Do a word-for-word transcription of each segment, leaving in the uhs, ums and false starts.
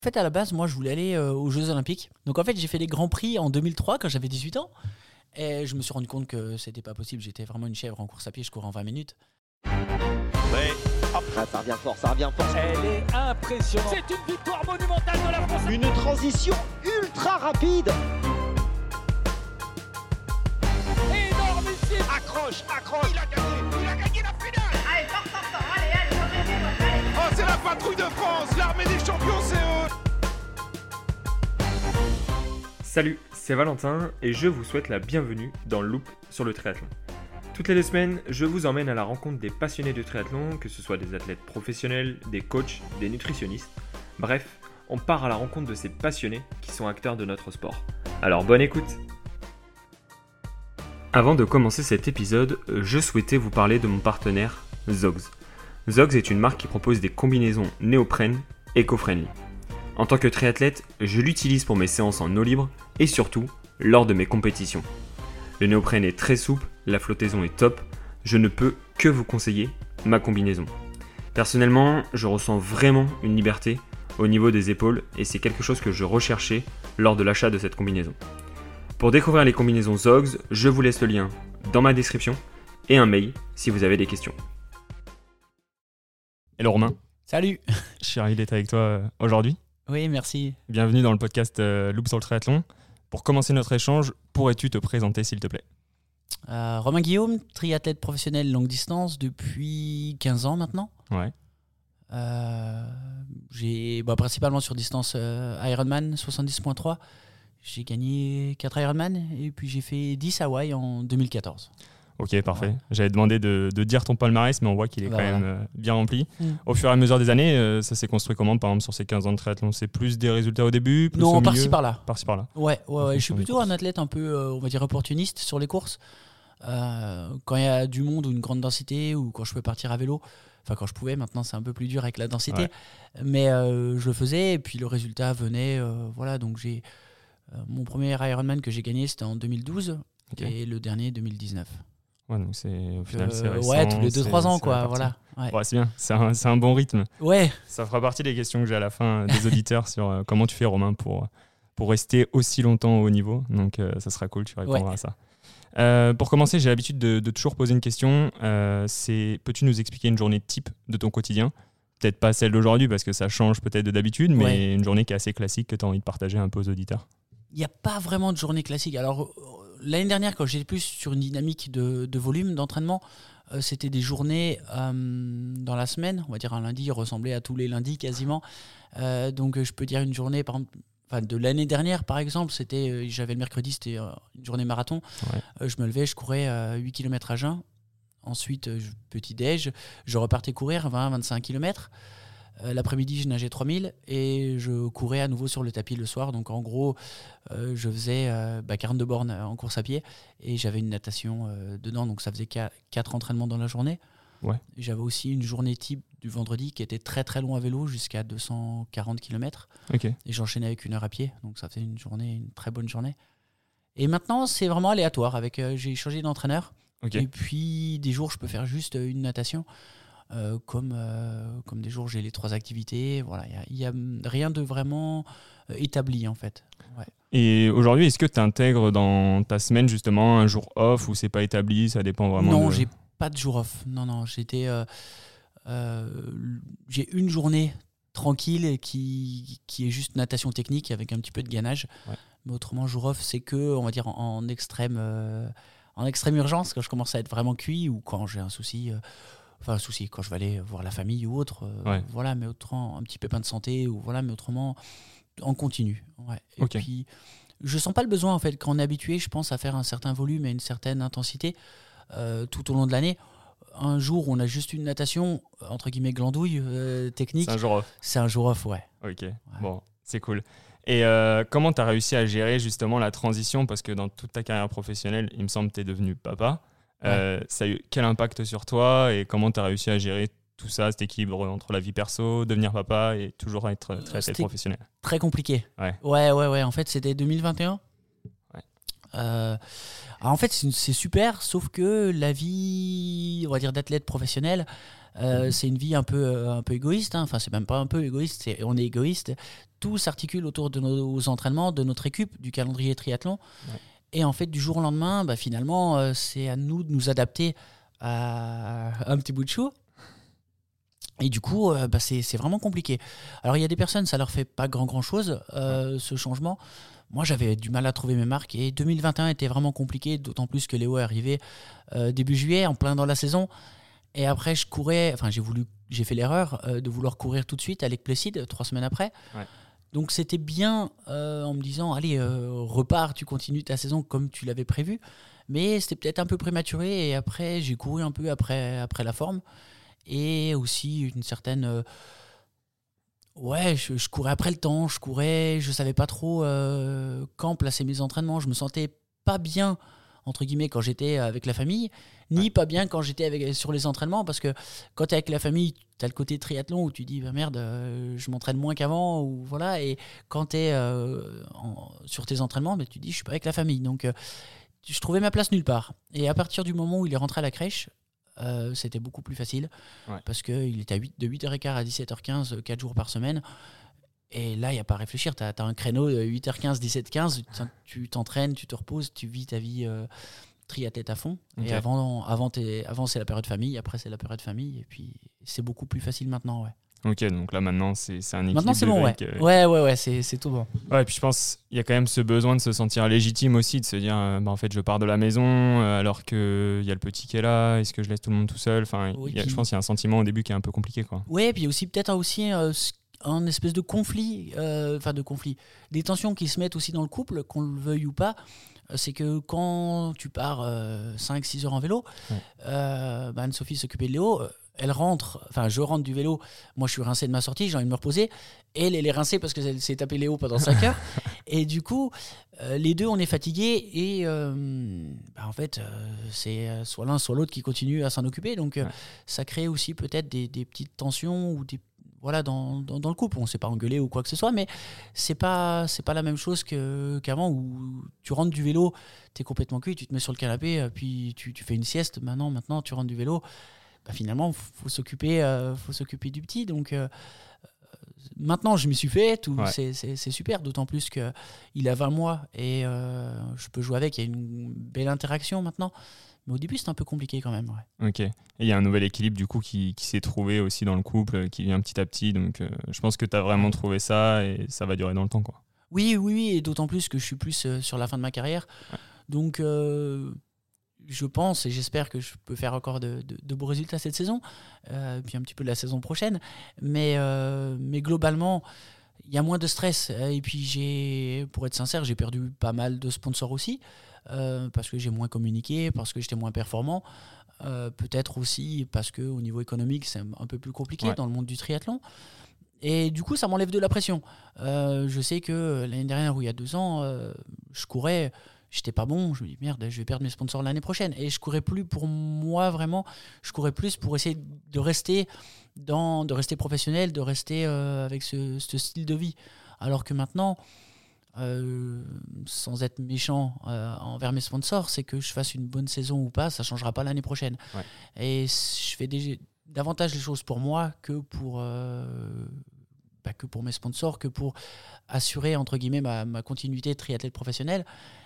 En fait, à la base, moi, je voulais aller euh, aux Jeux Olympiques. Donc, en fait, j'ai fait les Grands Prix en deux mille trois quand j'avais dix-huit ans. Et je me suis rendu compte que c'était pas possible. J'étais vraiment une chèvre en course à pied. Je courais en vingt minutes. Ouais. Hop. Ah, ça revient fort, ça revient fort. Elle est impressionnante. C'est une victoire monumentale de la France. Une transition ultra rapide. Énormissime. Accroche, accroche. Il a gagné, il a gagné la finale. Allez, fort, fort, fort. Allez, allez, allez, allez. Oh, c'est la patrouille de France. L'armée des champions, c'est eux. Salut, c'est Valentin et je vous souhaite la bienvenue dans Loop sur le triathlon. Toutes les deux semaines, je vous emmène à la rencontre des passionnés de triathlon, que ce soit des athlètes professionnels, des coachs, des nutritionnistes. Bref, on part à la rencontre de ces passionnés qui sont acteurs de notre sport. Alors bonne écoute! Avant de commencer cet épisode, je souhaitais vous parler de mon partenaire Zogs. Zogs est une marque qui propose des combinaisons néoprène éco-friendly. En tant que triathlète, je l'utilise pour mes séances en eau libre et surtout lors de mes compétitions. Le néoprène est très souple, la flottaison est top, je ne peux que vous conseiller ma combinaison. Personnellement, je ressens vraiment une liberté au niveau des épaules et c'est quelque chose que je recherchais lors de l'achat de cette combinaison. Pour découvrir les combinaisons Zogs, je vous laisse le lien dans ma description et un mail si vous avez des questions. Hello Romain. Salut. Je suis ravi d'être avec toi aujourd'hui. Oui, merci. Bienvenue dans le podcast euh, Loop sur le triathlon. Pour commencer notre échange, pourrais-tu te présenter s'il te plaît ? Euh, Romain Guillaume, triathlète professionnel longue distance depuis quinze ans maintenant. Ouais. Euh, j'ai, bah, principalement sur distance euh, Ironman soixante-dix virgule trois. J'ai gagné quatre Ironman et puis j'ai fait dix Hawaï en deux mille quatorze. Ok, parfait. Ouais. J'avais demandé de, de dire ton palmarès, mais on voit qu'il est Bah, quand voilà. même euh, bien rempli. Mm. Au fur et à mesure des années, euh, ça s'est construit comment, par exemple, sur ces quinze ans de triathlon ? C'est plus des résultats au début, plus au Non, milieu, par-ci par-là. Par-ci par-là. Ouais, ouais, ouais. Je suis fonction des plutôt courses. un athlète un peu, euh, on va dire, opportuniste sur les courses. Euh, quand il y a du monde ou une grande densité ou quand je peux partir à vélo, enfin quand je pouvais, maintenant c'est un peu plus dur avec la densité, Ouais. mais euh, je le faisais et puis le résultat venait. Euh, voilà, donc j'ai euh, mon premier Ironman que j'ai gagné, c'était en deux mille douze Ok. et le dernier deux mille dix-neuf. Ouais, donc c'est, au final, Euh, c'est récent. ouais, tous les deux c'est- trois ans, c'est quoi. réparti. Voilà. Ouais. Ouais, c'est bien, c'est un, c'est un bon rythme. Ouais. Ça fera partie des questions que j'ai à la fin euh, des auditeurs sur euh, comment tu fais, Romain, pour, pour rester aussi longtemps au haut niveau. Donc, euh, ça sera cool, tu répondras Ouais. à ça. Euh, pour commencer, j'ai l'habitude de, de toujours poser une question. Euh, c'est, peux-tu nous expliquer une journée type de ton quotidien ? Peut-être pas celle d'aujourd'hui, parce que ça change peut-être de d'habitude, mais Ouais. une journée qui est assez classique que tu as envie de partager un peu aux auditeurs. Il n'y a pas vraiment de journée classique. Alors, euh, l'année dernière, quand j'étais plus sur une dynamique de, de volume d'entraînement, euh, c'était des journées euh, dans la semaine. On va dire un lundi ressemblait à tous les lundis quasiment. Euh, donc, euh, je peux dire une journée, par exemple, enfin, de l'année dernière, par exemple, c'était, euh, j'avais le mercredi, c'était euh, une journée marathon. Ouais. Euh, je me levais, je courais euh, huit kilomètres à jeun. Ensuite, euh, je- petit-déj, je repartais courir vingt à vingt-cinq kilomètres. Euh, l'après-midi, je nageais trois mille et je courais à nouveau sur le tapis le soir. Donc, en gros, euh, je faisais euh, bah, quarante-deux bornes en course à pied et j'avais une natation euh, dedans. Donc, ça faisait quatre entraînements dans la journée. Ouais. Et j'avais aussi une journée type du vendredi qui était très très long à vélo, jusqu'à deux cent quarante kilomètres. Ok. Et j'enchaînais avec une heure à pied. Donc, ça faisait une journée, une très bonne journée. Et maintenant, c'est vraiment aléatoire. Avec, euh, j'ai changé d'entraîneur. Ok. Et puis, des jours, je peux faire juste euh, une natation. Euh, comme, euh, comme des jours, j'ai les trois activités. Voilà, il n'y a, y a rien de vraiment euh, établi, en fait. Ouais. Et aujourd'hui, est-ce que tu intègres dans ta semaine justement un jour off ou c'est pas établi, ça dépend vraiment Non, de... j'ai pas de jour off. Non, non, j'étais, euh, euh, j'ai une journée tranquille qui, qui est juste natation technique avec un petit peu de gainage. Ouais. Mais autrement, jour off, c'est que, on va dire, en, en extrême, euh, en extrême urgence, quand je commence à être vraiment cuit ou quand j'ai un souci. Euh, Enfin, un souci, quand je vais aller voir la famille ou autre, euh, Ouais. voilà, mais autrement, un petit pépin de santé, ou voilà, mais autrement, en continu. Ouais. Et Ok. puis, je sens pas le besoin, en fait, quand on est habitué, je pense, à faire un certain volume et une certaine intensité euh, tout au long de l'année. Un jour où on a juste une natation, entre guillemets, glandouille, euh, technique, C'est un jour off. c'est un jour off, ouais. Ok, bon, c'est cool. Et euh, comment tu as réussi à gérer justement la transition ? Parce que dans toute ta carrière professionnelle, il me semble que tu es devenu papa. Euh, ça a eu quel impact sur toi et comment tu as réussi à gérer tout ça, cet équilibre entre la vie perso, devenir papa et toujours être très, très C'était- professionnel ? Très compliqué. Ouais. Ouais, ouais, ouais. En fait, c'était deux mille vingt et un. Ouais. Euh, alors, en fait, c'est, c'est super, sauf que la vie, on va dire, d'athlète professionnel, Euh, mmh. C'est une vie un peu, euh, un peu égoïste. Hein. Enfin, c'est même pas un peu égoïste, c'est, on est égoïste. Tout s'articule autour de nos entraînements, de notre récup, du calendrier triathlon. Ouais. Et en fait, du jour au lendemain, bah, finalement, euh, c'est à nous de nous adapter à un petit bout de chou. Et du coup, euh, bah, c'est, c'est vraiment compliqué. Alors, il y a des personnes, ça leur fait pas grand, grand chose, euh, ce changement. Moi, j'avais du mal à trouver mes marques. Et deux mille vingt et un était vraiment compliqué, d'autant plus que Léo est arrivé euh, début juillet, en plein dans la saison. Et après, je courais. Enfin, j'ai, voulu, j'ai fait l'erreur euh, de vouloir courir tout de suite avec Plessid, trois semaines après. Ouais. Donc, c'était bien euh, en me disant, allez, euh, repars, tu continues ta saison comme tu l'avais prévu. Mais c'était peut-être un peu prématuré. Et après, j'ai couru un peu après, après la forme. Et aussi une certaine... Euh, ouais, je, je courais après le temps, je courais, je savais pas trop euh, quand placer mes entraînements. Je me sentais pas bien, entre guillemets, quand j'étais avec la famille, ni pas bien quand j'étais avec, sur les entraînements, parce que quand tu es avec la famille, tu as le côté triathlon où tu dis bah merde, euh, je m'entraîne moins qu'avant, ou voilà. Et quand tu es euh, sur tes entraînements, bah, tu dis je suis pas avec la famille. Donc euh, je trouvais ma place nulle part. Et à partir du moment où il est rentré à la crèche, Euh, c'était beaucoup plus facile ouais. parce qu'il était à huit, de huit heures quinze à dix-sept heures quinze, quatre jours par semaine. Et là, il n'y a pas à réfléchir. Tu as un créneau de huit heures quinze, dix-sept heures quinze. Tu t'entraînes, tu te reposes, tu vis ta vie euh, triathlète à fond. Okay. Et avant, avant, avant, c'est la période famille. Après, c'est la période famille. Et puis, c'est beaucoup plus facile maintenant. Ouais. Ok, donc là maintenant c'est, c'est un équilibre. Maintenant c'est bon, ouais. Euh... ouais, ouais, ouais, c'est, c'est tout bon. Ouais, et puis je pense qu'il y a quand même ce besoin de se sentir légitime aussi, de se dire, euh, bah, en fait je pars de la maison euh, alors qu'il y a le petit qui est là, est-ce que je laisse tout le monde tout seul enfin, oui, y a, puis... Je pense qu'il y a un sentiment au début qui est un peu compliqué. Quoi. Ouais, et puis aussi peut-être aussi euh, un espèce de conflit, enfin euh, de conflit, des tensions qui se mettent aussi dans le couple, qu'on le veuille ou pas. C'est que quand tu pars euh, cinq six heures en vélo, ouais. euh, bah Anne-Sophie s'occupait de Léo, elle rentre, enfin je rentre du vélo, moi je suis rincé de ma sortie, j'ai envie de me reposer, elle, elle est rincée parce qu'elle s'est tapé Léo pendant cinq heures, et du coup, euh, les deux on est fatigués, et euh, bah, en fait, euh, c'est soit l'un soit l'autre qui continue à s'en occuper, donc euh, ouais. ça crée aussi peut-être des, des petites tensions, ou des Voilà, dans, dans, dans le couple, on ne s'est pas engueulé ou quoi que ce soit, mais c'est pas, c'est pas la même chose que, qu'avant où tu rentres du vélo, tu es complètement cuit, tu te mets sur le canapé, puis tu, tu fais une sieste. Maintenant, maintenant, tu rentres du vélo, bah finalement, il faut s'occuper, euh, faut s'occuper du petit. Donc, euh, maintenant, je m'y suis fait, tout, ouais. c'est, c'est, c'est super, d'autant plus qu'il a vingt mois et euh, je peux jouer avec, il y a une belle interaction maintenant. Mais au début, c'était un peu compliqué quand même. Ouais. Ok. Et il y a un nouvel équilibre du coup qui, qui s'est trouvé aussi dans le couple, qui vient petit à petit. Donc, euh, je pense que tu as vraiment trouvé ça et ça va durer dans le temps, quoi. Oui, oui, oui. Et d'autant plus que je suis plus euh, sur la fin de ma carrière. Ouais. Donc, euh, je pense et j'espère que je peux faire encore de, de, de beaux résultats cette saison. Euh, puis un petit peu de la saison prochaine. Mais, euh, mais globalement, il y a moins de stress. Et puis, j'ai, pour être sincère, j'ai perdu pas mal de sponsors aussi. Euh, parce que j'ai moins communiqué, parce que j'étais moins performant, euh, peut-être aussi parce qu'au niveau économique c'est un peu plus compliqué ouais. dans le monde du triathlon, et du coup ça m'enlève de la pression. Euh, je sais que l'année dernière ou il y a deux ans euh, je courais, j'étais pas bon, je me dis merde, je vais perdre mes sponsors l'année prochaine, et je courais plus pour moi vraiment, je courais plus pour essayer de rester dans, de rester professionnel, de rester euh, avec ce, ce style de vie, alors que maintenant Euh, sans être méchant euh, envers mes sponsors, c'est que je fasse une bonne saison ou pas, ça changera pas l'année prochaine. Ouais. Et je fais des, davantage les choses pour moi que pour, euh, bah, que pour mes sponsors, que pour assurer entre guillemets ma, ma continuité de triathlète professionnel.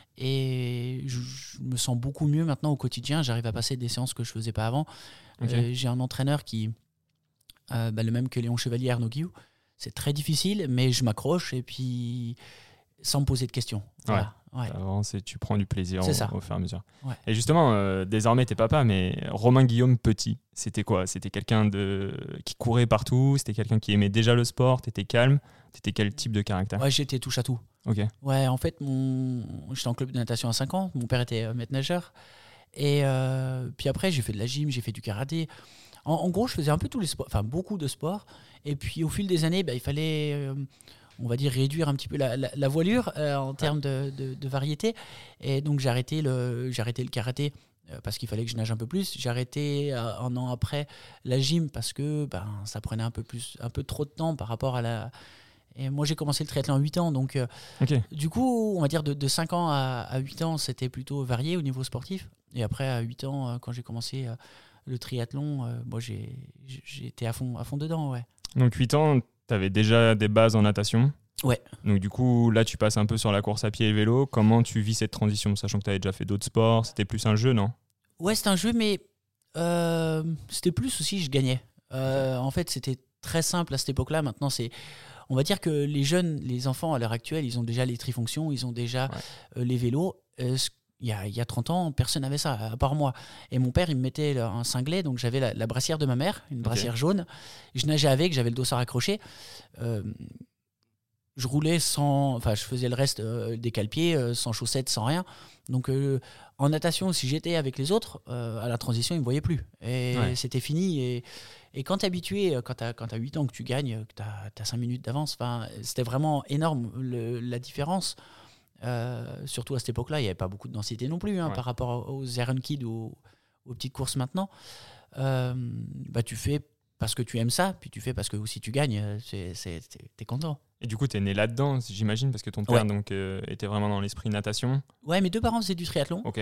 Et je, je me sens beaucoup mieux maintenant au quotidien. J'arrive à passer des séances que je faisais pas avant. Okay. Euh, j'ai un entraîneur qui, euh, bah, le même que Léon Chevalier, Arnaud Guillou. C'est très difficile, mais je m'accroche et puis sans me poser de questions. Voilà. Ouais. Ouais. Avant, c'est, tu prends du plaisir au, au fur et à mesure. Ouais. Et justement, euh, désormais, t'es papa, mais Romain Guillaume petit, c'était quoi ? C'était quelqu'un de... qui courait partout ? C'était quelqu'un qui aimait déjà le sport ? T'étais calme ? T'étais quel type de caractère ? Ouais, j'étais touche à tout. Ok. Ouais, en fait, mon... j'étais en club de natation à cinq ans. Mon père était maître nageur. Et euh... puis après, j'ai fait de la gym, j'ai fait du karaté. En, en gros, je faisais un peu tous les sports, enfin beaucoup de sports. Et puis au fil des années, bah, il fallait... Euh... on va dire réduire un petit peu la, la, la voilure euh, en termes de, de, de variété. Et donc j'ai arrêté le, j'ai arrêté le karaté euh, parce qu'il fallait que je nage un peu plus. J'ai arrêté euh, un an après la gym parce que ben, ça prenait un peu, plus, un peu trop de temps par rapport à la... Et moi j'ai commencé le triathlon à huit ans. Donc euh, okay. Du coup, on va dire de, de cinq ans à, à huit ans, c'était plutôt varié au niveau sportif. Et après à huit ans, euh, quand j'ai commencé... Euh, le triathlon, euh, moi, j'ai, j'ai été à fond, à fond dedans, ouais. Donc huit ans, tu avais déjà des bases en natation. Ouais. Donc du coup, là, tu passes un peu sur la course à pied et le vélo. Comment tu vis cette transition, sachant que tu avais déjà fait d'autres sports? C'était plus un jeu, non? Ouais, c'était un jeu, mais euh, c'était plus aussi, je gagnais. Euh, en fait, c'était très simple à cette époque-là. Maintenant, c'est, on va dire que les jeunes, les enfants à l'heure actuelle, ils ont déjà les trifonctions, ils ont déjà ouais. euh, les vélos. Euh, il y a, il y a trente ans, personne n'avait ça, à part moi. Et mon père, il me mettait un cinglet, donc j'avais la, la brassière de ma mère, une brassière okay. jaune. Je nageais avec, j'avais le dossard accroché. Euh, je roulais sans... Enfin, je faisais le reste euh, des cale-pieds, euh, sans chaussettes, sans rien. Donc, euh, en natation, si j'étais avec les autres, euh, à la transition, ils ne me voyaient plus. Et ouais. c'était fini. Et, et quand tu es habitué, quand tu as huit ans, que tu gagnes, que tu as cinq minutes d'avance, c'était vraiment énorme, le, la différence. Euh, surtout à cette époque-là, il n'y avait pas beaucoup de densité non plus, hein, ouais. par rapport aux Iron Kids ou aux, aux petites courses maintenant. Euh, bah, tu fais parce que tu aimes ça, puis tu fais parce que aussi tu gagnes, tu es content. Et du coup, tu es né là-dedans, j'imagine, parce que ton père ouais. donc, euh, était vraiment dans l'esprit natation. Ouais, mes deux parents faisaient du triathlon. Ok.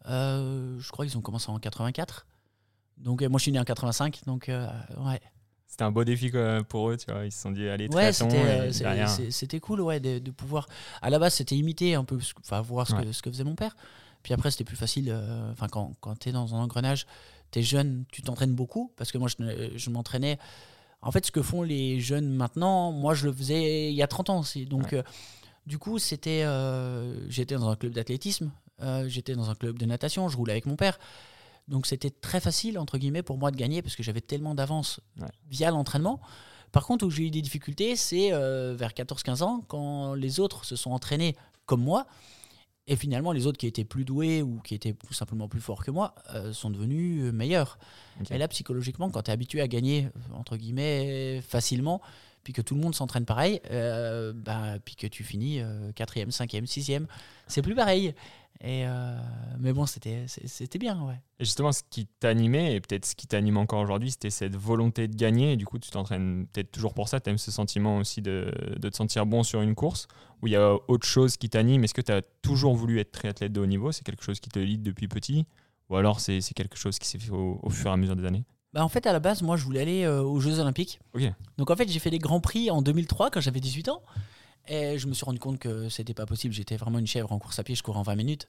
Euh, je crois qu'ils ont commencé en quatre-vingt-quatre. Donc, euh, moi, je suis né en quatre-vingt-cinq. Donc, euh, ouais. C'était un beau défi pour eux, tu vois. Ils se sont dit, allez, ouais, triathlon. C'était c'était cool, ouais, de, de pouvoir. À la base, c'était imiter un peu, enfin, voir ce, ouais. que, ce que faisait mon père. Puis après, c'était plus facile. Enfin, euh, quand, quand tu es dans un engrenage, tu es jeune, tu t'entraînes beaucoup. Parce que moi, je, je m'entraînais. En fait, ce que font les jeunes maintenant, moi, je le faisais il y a trente ans aussi. Donc, ouais. euh, du coup, c'était. Euh, j'étais dans un club d'athlétisme, euh, j'étais dans un club de natation, je roulais avec mon père. Donc, c'était très facile, entre guillemets, pour moi de gagner parce que j'avais tellement d'avance ouais. via l'entraînement. Par contre, où j'ai eu des difficultés, c'est euh, vers quatorze quinze ans, quand les autres se sont entraînés comme moi. Et finalement, les autres qui étaient plus doués ou qui étaient tout simplement plus forts que moi euh, sont devenus meilleurs. Okay. Et là, psychologiquement, quand tu es habitué à gagner, entre guillemets, facilement, puis que tout le monde s'entraîne pareil, euh, bah, puis que tu finis euh, quatrième, cinquième, sixième, c'est plus pareil. Et euh, mais bon, c'était, c'était bien, ouais. Et justement, ce qui t'animait, et peut-être ce qui t'anime encore aujourd'hui, c'était cette volonté de gagner. Et du coup, tu t'entraînes peut-être toujours pour ça. Tu aimes ce sentiment aussi de, de te sentir bon sur une course, où il y a autre chose qui t'anime. Est-ce que tu as toujours voulu être triathlète de haut niveau? C'est quelque chose qui te lie depuis petit? Ou alors c'est, c'est quelque chose qui s'est fait au, au fur et à mesure des années? Bah en fait, à la base, moi, je voulais aller euh, aux Jeux Olympiques. Okay. Donc en fait, j'ai fait les Grands Prix en deux mille trois, quand j'avais dix-huit ans. Et je me suis rendu compte que c'était pas possible. J'étais vraiment une chèvre en course à pied, je courais en vingt minutes.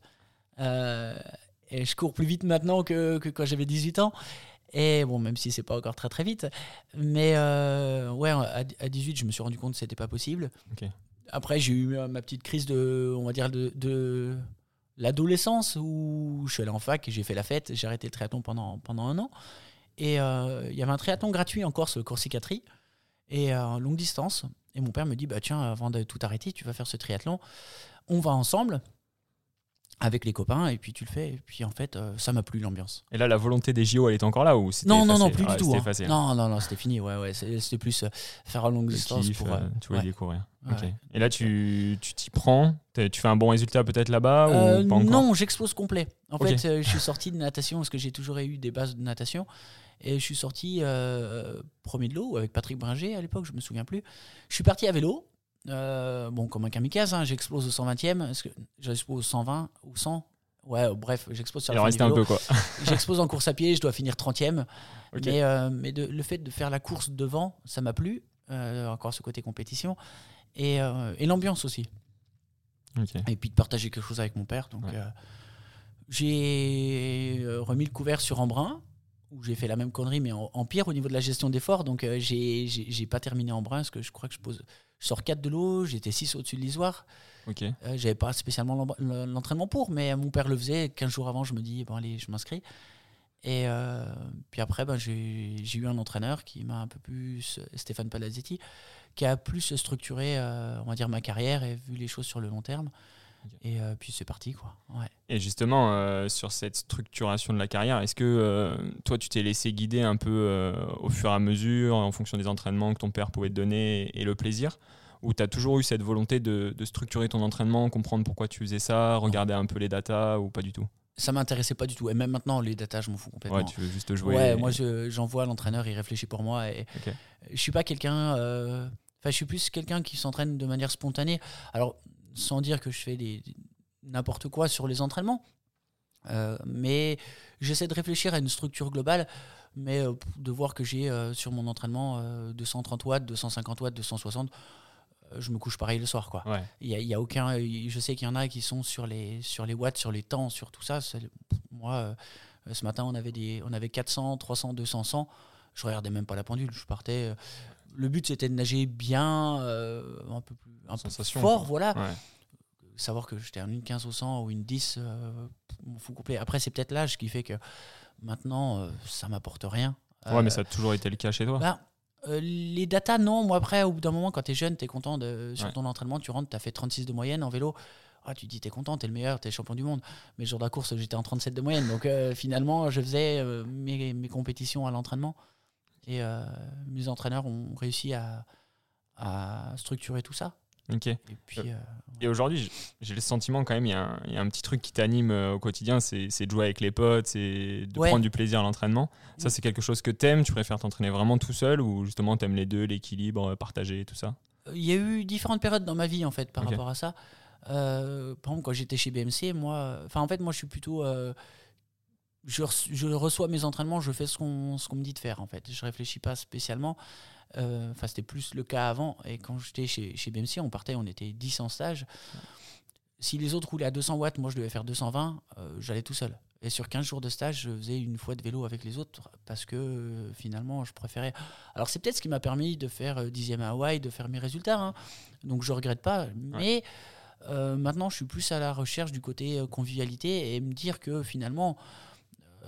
Euh, et je cours plus vite maintenant que, que quand j'avais dix-huit ans. Et bon, même si c'est pas encore très très vite. Mais euh, ouais, à, à dix-huit, je me suis rendu compte que c'était pas possible. Okay. Après, j'ai eu ma petite crise de, on va dire, de, de l'adolescence où je suis allé en fac et j'ai fait la fête. J'ai arrêté le triathlon pendant, pendant un an. Et il euh, y avait un triathlon gratuit en Corse, le Corsicatri, et en euh, longue distance. Et mon père me dit, bah tiens, avant de tout arrêter, tu vas faire ce triathlon. On va ensemble avec les copains et puis tu le fais. Et puis en fait, euh, ça m'a plu l'ambiance. Et là, la volonté des J O, elle était encore là ou c'était Non, effacé? non, non, plus ah, du tout. Hein. Effacé, non, non, non, c'était fini. Ouais, ouais, c'était plus euh, faire en longue le distance kiff, pour. Euh, tu voulais ouais. découvrir. Ouais. Okay. Et là, tu, tu t'y prends. Tu fais un bon résultat peut-être là-bas euh, ou pas encore? Non, j'explose complet. En okay. fait, euh, je suis sorti de natation parce que j'ai toujours eu des bases de natation. Et je suis sorti euh, premier de l'eau avec Patrick Bringer à l'époque, je me souviens plus. Je suis parti à vélo, euh, bon comme un kamikaze, hein, j'explose au cent vingtième, est-ce que j'explose au cent vingt ou cent? Ouais, bref, j'explose sur Il la en fin reste du vélo. un peu quoi. J'explose en course à pied, je dois finir trentième. Okay. Mais, euh, mais de, le fait de faire la course devant, ça m'a plu, euh, encore ce côté compétition, et, euh, et l'ambiance aussi. Okay. Et puis de partager quelque chose avec mon père. Donc ouais. euh, j'ai remis le couvert sur Embrun, où j'ai fait la même connerie mais en, en pire au niveau de la gestion d'effort. Donc euh, j'ai, j'ai, j'ai pas terminé en brun parce que je crois que je pose je sors quatre de l'eau, j'étais six au-dessus de l'isoire. Okay. Euh, j'avais pas spécialement l'entraînement pour, mais mon père le faisait. quinze jours avant, je me dis bon allez, je m'inscris. Et euh, puis après ben, j'ai, j'ai eu un entraîneur qui m'a un peu plus, Stéphane Palazzetti, qui a plus structuré euh, on va dire ma carrière et vu les choses sur le long terme. Okay. Et euh, puis c'est parti quoi. Ouais. Et justement euh, sur cette structuration de la carrière, est-ce que euh, toi tu t'es laissé guider un peu euh, au fur et à mesure en fonction des entraînements que ton père pouvait te donner et le plaisir, ou tu as toujours eu cette volonté de, de structurer ton entraînement, comprendre pourquoi tu faisais ça, regarder un peu les datas ou pas du tout? Ça m'intéressait pas du tout, et même maintenant les datas je m'en fous complètement. Ouais, tu veux juste jouer. Ouais, et... moi je, j'envoie l'entraîneur, il réfléchit pour moi et okay. Je suis pas quelqu'un euh... enfin je suis plus quelqu'un qui s'entraîne de manière spontanée. Alors sans dire que je fais des n'importe quoi sur les entraînements, Euh, mais j'essaie de réfléchir à une structure globale, mais euh, de voir que j'ai euh, sur mon entraînement euh, deux cent trente watts, deux cent cinquante watts, deux cent soixante, euh, je me couche pareil le soir, quoi. Ouais. Il y a, il y a aucun, je sais qu'il y en a qui sont sur les, sur les watts, sur les temps, sur tout ça. C'est- moi, euh, ce matin, on avait, des, on avait quatre cents, trois cents, deux cents, cent. Je regardais même pas la pendule. Je partais. euh, Le but, c'était de nager bien, euh, un peu plus un peu Sensation, fort, quoi. voilà. Ouais. Savoir que j'étais en une quinze au cent ou une dix, euh, m'en fout complet. Après, c'est peut-être l'âge qui fait que maintenant, euh, ça m'apporte rien. Ouais, Euh, mais ça a toujours été le cas chez toi. bah, euh, les datas, non. Moi, après, au bout d'un moment, quand tu es jeune, tu es content de, sur Ouais. ton entraînement. Tu rentres, tu as fait trente-six de moyenne en vélo. Ah, tu te dis, tu es content, tu es le meilleur, tu es champion du monde. Mais le jour de la course, j'étais en trente-sept de moyenne. Donc, euh, finalement, je faisais euh, mes, mes compétitions à l'entraînement. Et euh, mes entraîneurs ont réussi à, à structurer tout ça. Ok. Et puis, euh, Et aujourd'hui, j- j'ai le sentiment quand même, il y, a un- il y a un petit truc qui t'anime euh, au quotidien, c'est c'est de jouer avec les potes, c'est de Ouais. prendre du plaisir à l'entraînement. Ça, Oui. c'est quelque chose que t'aimes. Tu préfères t'entraîner vraiment tout seul ou justement t'aimes les deux, l'équilibre, euh, partager, tout ça? il y a eu différentes périodes dans ma vie, en fait, par Ok. rapport à ça. Euh, par exemple, quand j'étais chez B M C, moi, enfin, en fait, moi, je suis plutôt. euh, je, reç- je reçois mes entraînements, je fais ce qu'on ce qu'on me dit de faire, en fait. Je réfléchis pas spécialement. Euh, Enfin, c'était plus le cas avant. Et quand j'étais chez, chez B M C, on partait, on était dix en stage. Si les autres roulaient à deux cents watts, moi, je devais faire deux cent vingt, euh, j'allais tout seul. Et sur quinze jours de stage, je faisais une fois de vélo avec les autres parce que euh, finalement, je préférais. Alors, c'est peut-être ce qui m'a permis de faire euh, dixième à Hawaï, de faire mes résultats, hein. Donc, je regrette pas. Mais euh, maintenant, je suis plus à la recherche du côté euh, convivialité et me dire que finalement, euh,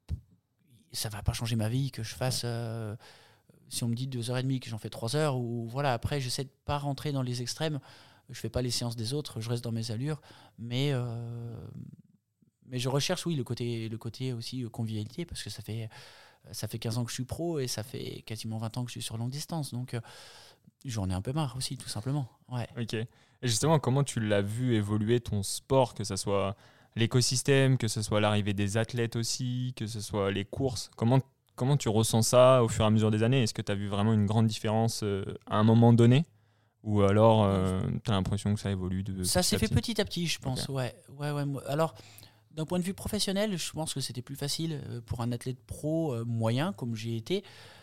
ça va pas changer ma vie que je fasse. euh, si on me dit deux heures trente, que j'en fais trois heures, ou voilà, après, j'essaie de pas rentrer dans les extrêmes. Je fais pas les séances des autres, je reste dans mes allures, mais euh, mais je recherche, oui, le côté le côté aussi euh, convivialité, parce que ça fait ça fait quinze ans que je suis pro et ça fait quasiment vingt ans que je suis sur longue distance, donc euh, j'en ai un peu marre aussi, tout simplement. Ouais. Ok. Et justement, comment tu l'as vu évoluer ton sport, que ce soit l'écosystème, que ce soit l'arrivée des athlètes aussi, que ce soit les courses? Comment, comment tu ressens ça au fur et à mesure des années? Est-ce que tu as vu vraiment une grande différence euh, à un moment donné? Ou alors euh, tu as l'impression que ça évolue de Ça petit s'est à fait petit? petit à petit, je pense. Ok. Ouais, ouais, ouais. moi- Alors, d'un point de vue professionnel, je pense que c'était plus facile euh, pour un athlète pro euh, moyen, comme j'ai été,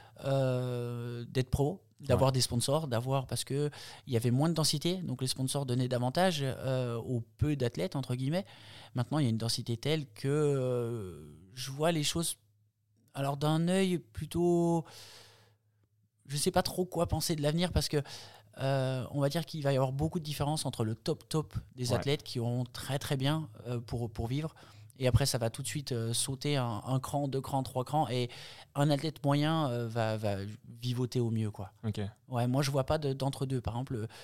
euh, d'être pro, d'avoir des sponsors, d'avoir parce que il y avait moins de densité, donc les sponsors donnaient davantage euh, aux peu d'athlètes entre guillemets. Maintenant, il y a une densité telle que euh, je vois les choses. Alors d'un œil plutôt, je sais pas trop quoi penser de l'avenir parce que euh, on va dire qu'il va y avoir beaucoup de différences entre le top top des Ouais. athlètes qui auront très très bien euh, pour, pour vivre. Et après, ça va tout de suite euh, sauter un, un cran, deux crans, trois crans. Et un athlète moyen euh, va, va vivoter au mieux, quoi. Ok. Ouais, moi, je vois pas de- d'entre-deux. Par exemple, le,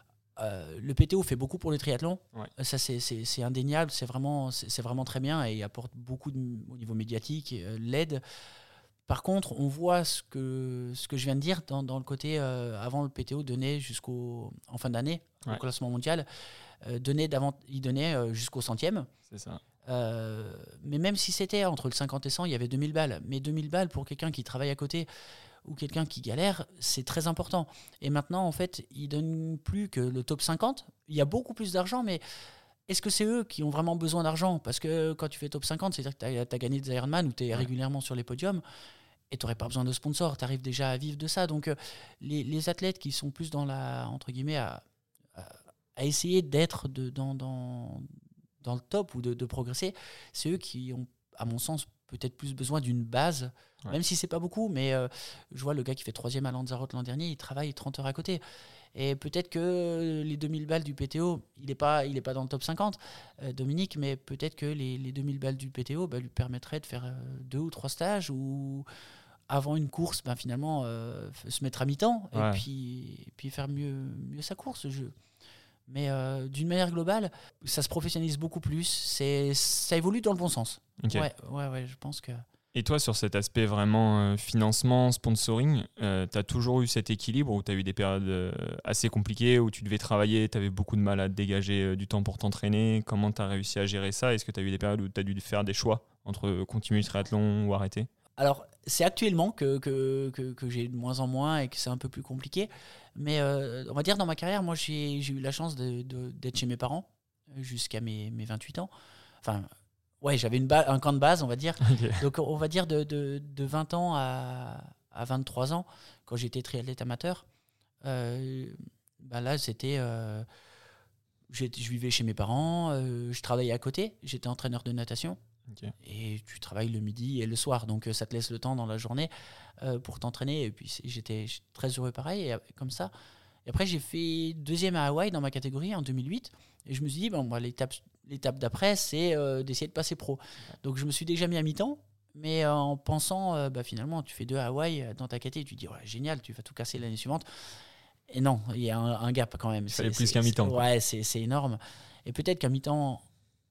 euh, le P T O fait beaucoup pour le triathlon. Ouais. Ça, c'est- c'est c'est indéniable. C'est vraiment, c'est c'est vraiment très bien et il apporte beaucoup de, au niveau médiatique, euh, l'aide. Par contre, on voit ce que, ce que je viens de dire dans, dans le côté euh, avant le P T O donnait jusqu'au en fin d'année Ouais. au classement mondial, euh, donnait d'avant, il donnait euh, jusqu'au centième. C'est ça. Euh, mais même si c'était entre le cinquante et cent, il y avait deux mille balles. Mais deux mille balles pour quelqu'un qui travaille à côté ou quelqu'un qui galère, c'est très important. Et maintenant, en fait, ils donnent plus que le top cinquante. Il y a beaucoup plus d'argent, mais est-ce que c'est eux qui ont vraiment besoin d'argent? Parce que quand tu fais top cinquante, c'est-à-dire que tu as gagné des Ironman ou tu es Ouais. régulièrement sur les podiums et tu n'aurais pas besoin de sponsors. Tu arrives déjà à vivre de ça. Donc, euh, les, les athlètes qui sont plus dans la, entre guillemets, à, à, à essayer d'être de, dans, dans, dans le top ou de, de progresser, c'est eux qui ont, à mon sens, peut-être plus besoin d'une base, Ouais. même si c'est pas beaucoup, mais euh, je vois le gars qui fait troisième à Lanzarote l'an dernier, il travaille trente heures à côté. Et peut-être que les deux mille balles du P T O, il n'est pas, il est pas dans le top cinquante, euh, Dominique, mais peut-être que les, les deux mille balles du P T O bah, lui permettraient de faire euh, deux ou trois stages ou avant une course, ben, finalement, euh, f- se mettre à mi-temps Ouais. et puis, et puis faire mieux, mieux sa course. Je... Mais euh, d'une manière globale, ça se professionnalise beaucoup plus, c'est, ça évolue dans le bon sens. Ok. Ouais, ouais, ouais, je pense que... Et toi, sur cet aspect vraiment euh, financement, sponsoring, euh, tu as toujours eu cet équilibre ou tu as eu des périodes euh, assez compliquées où tu devais travailler, tu avais beaucoup de mal à te dégager euh, du temps pour t'entraîner? Comment tu as réussi à gérer ça? Est-ce que tu as eu des périodes où tu as dû faire des choix entre continuer le triathlon ou arrêter? Alors, c'est actuellement que, que, que, que j'ai de moins en moins et que c'est un peu plus compliqué. Mais euh, on va dire, dans ma carrière, moi, j'ai, j'ai eu la chance de, de- d'être chez mes parents jusqu'à mes, mes vingt-huit ans. Enfin, ouais, j'avais une ba- un camp de base, on va dire. Okay. Donc, on va dire de, de, de vingt ans à, à vingt-trois ans, quand j'étais triathlète amateur. Euh, bah là, c'était. Euh, j'étais, je vivais chez mes parents, euh, je travaillais à côté, j'étais entraîneur de natation. Okay. Et tu travailles le midi et le soir, donc euh, ça te laisse le temps dans la journée euh, pour t'entraîner. Et puis j'étais très heureux pareil, et, comme ça. Et après, j'ai fait deuxième à Hawaï dans ma catégorie en deux mille huit. Et je me suis dit, bon, bah, l'étape, l'étape d'après, c'est euh, d'essayer de passer pro. Donc je me suis déjà mis à mi-temps, mais euh, en pensant, euh, bah, finalement, tu fais deux à Hawaï dans ta catégorie, tu te dis, ouais, génial, tu vas tout casser l'année suivante. Et non, il y a un, un gap quand même. Il fallait plus qu'un mi-temps. C'est, ouais, c'est, c'est énorme. Et peut-être qu'un mi-temps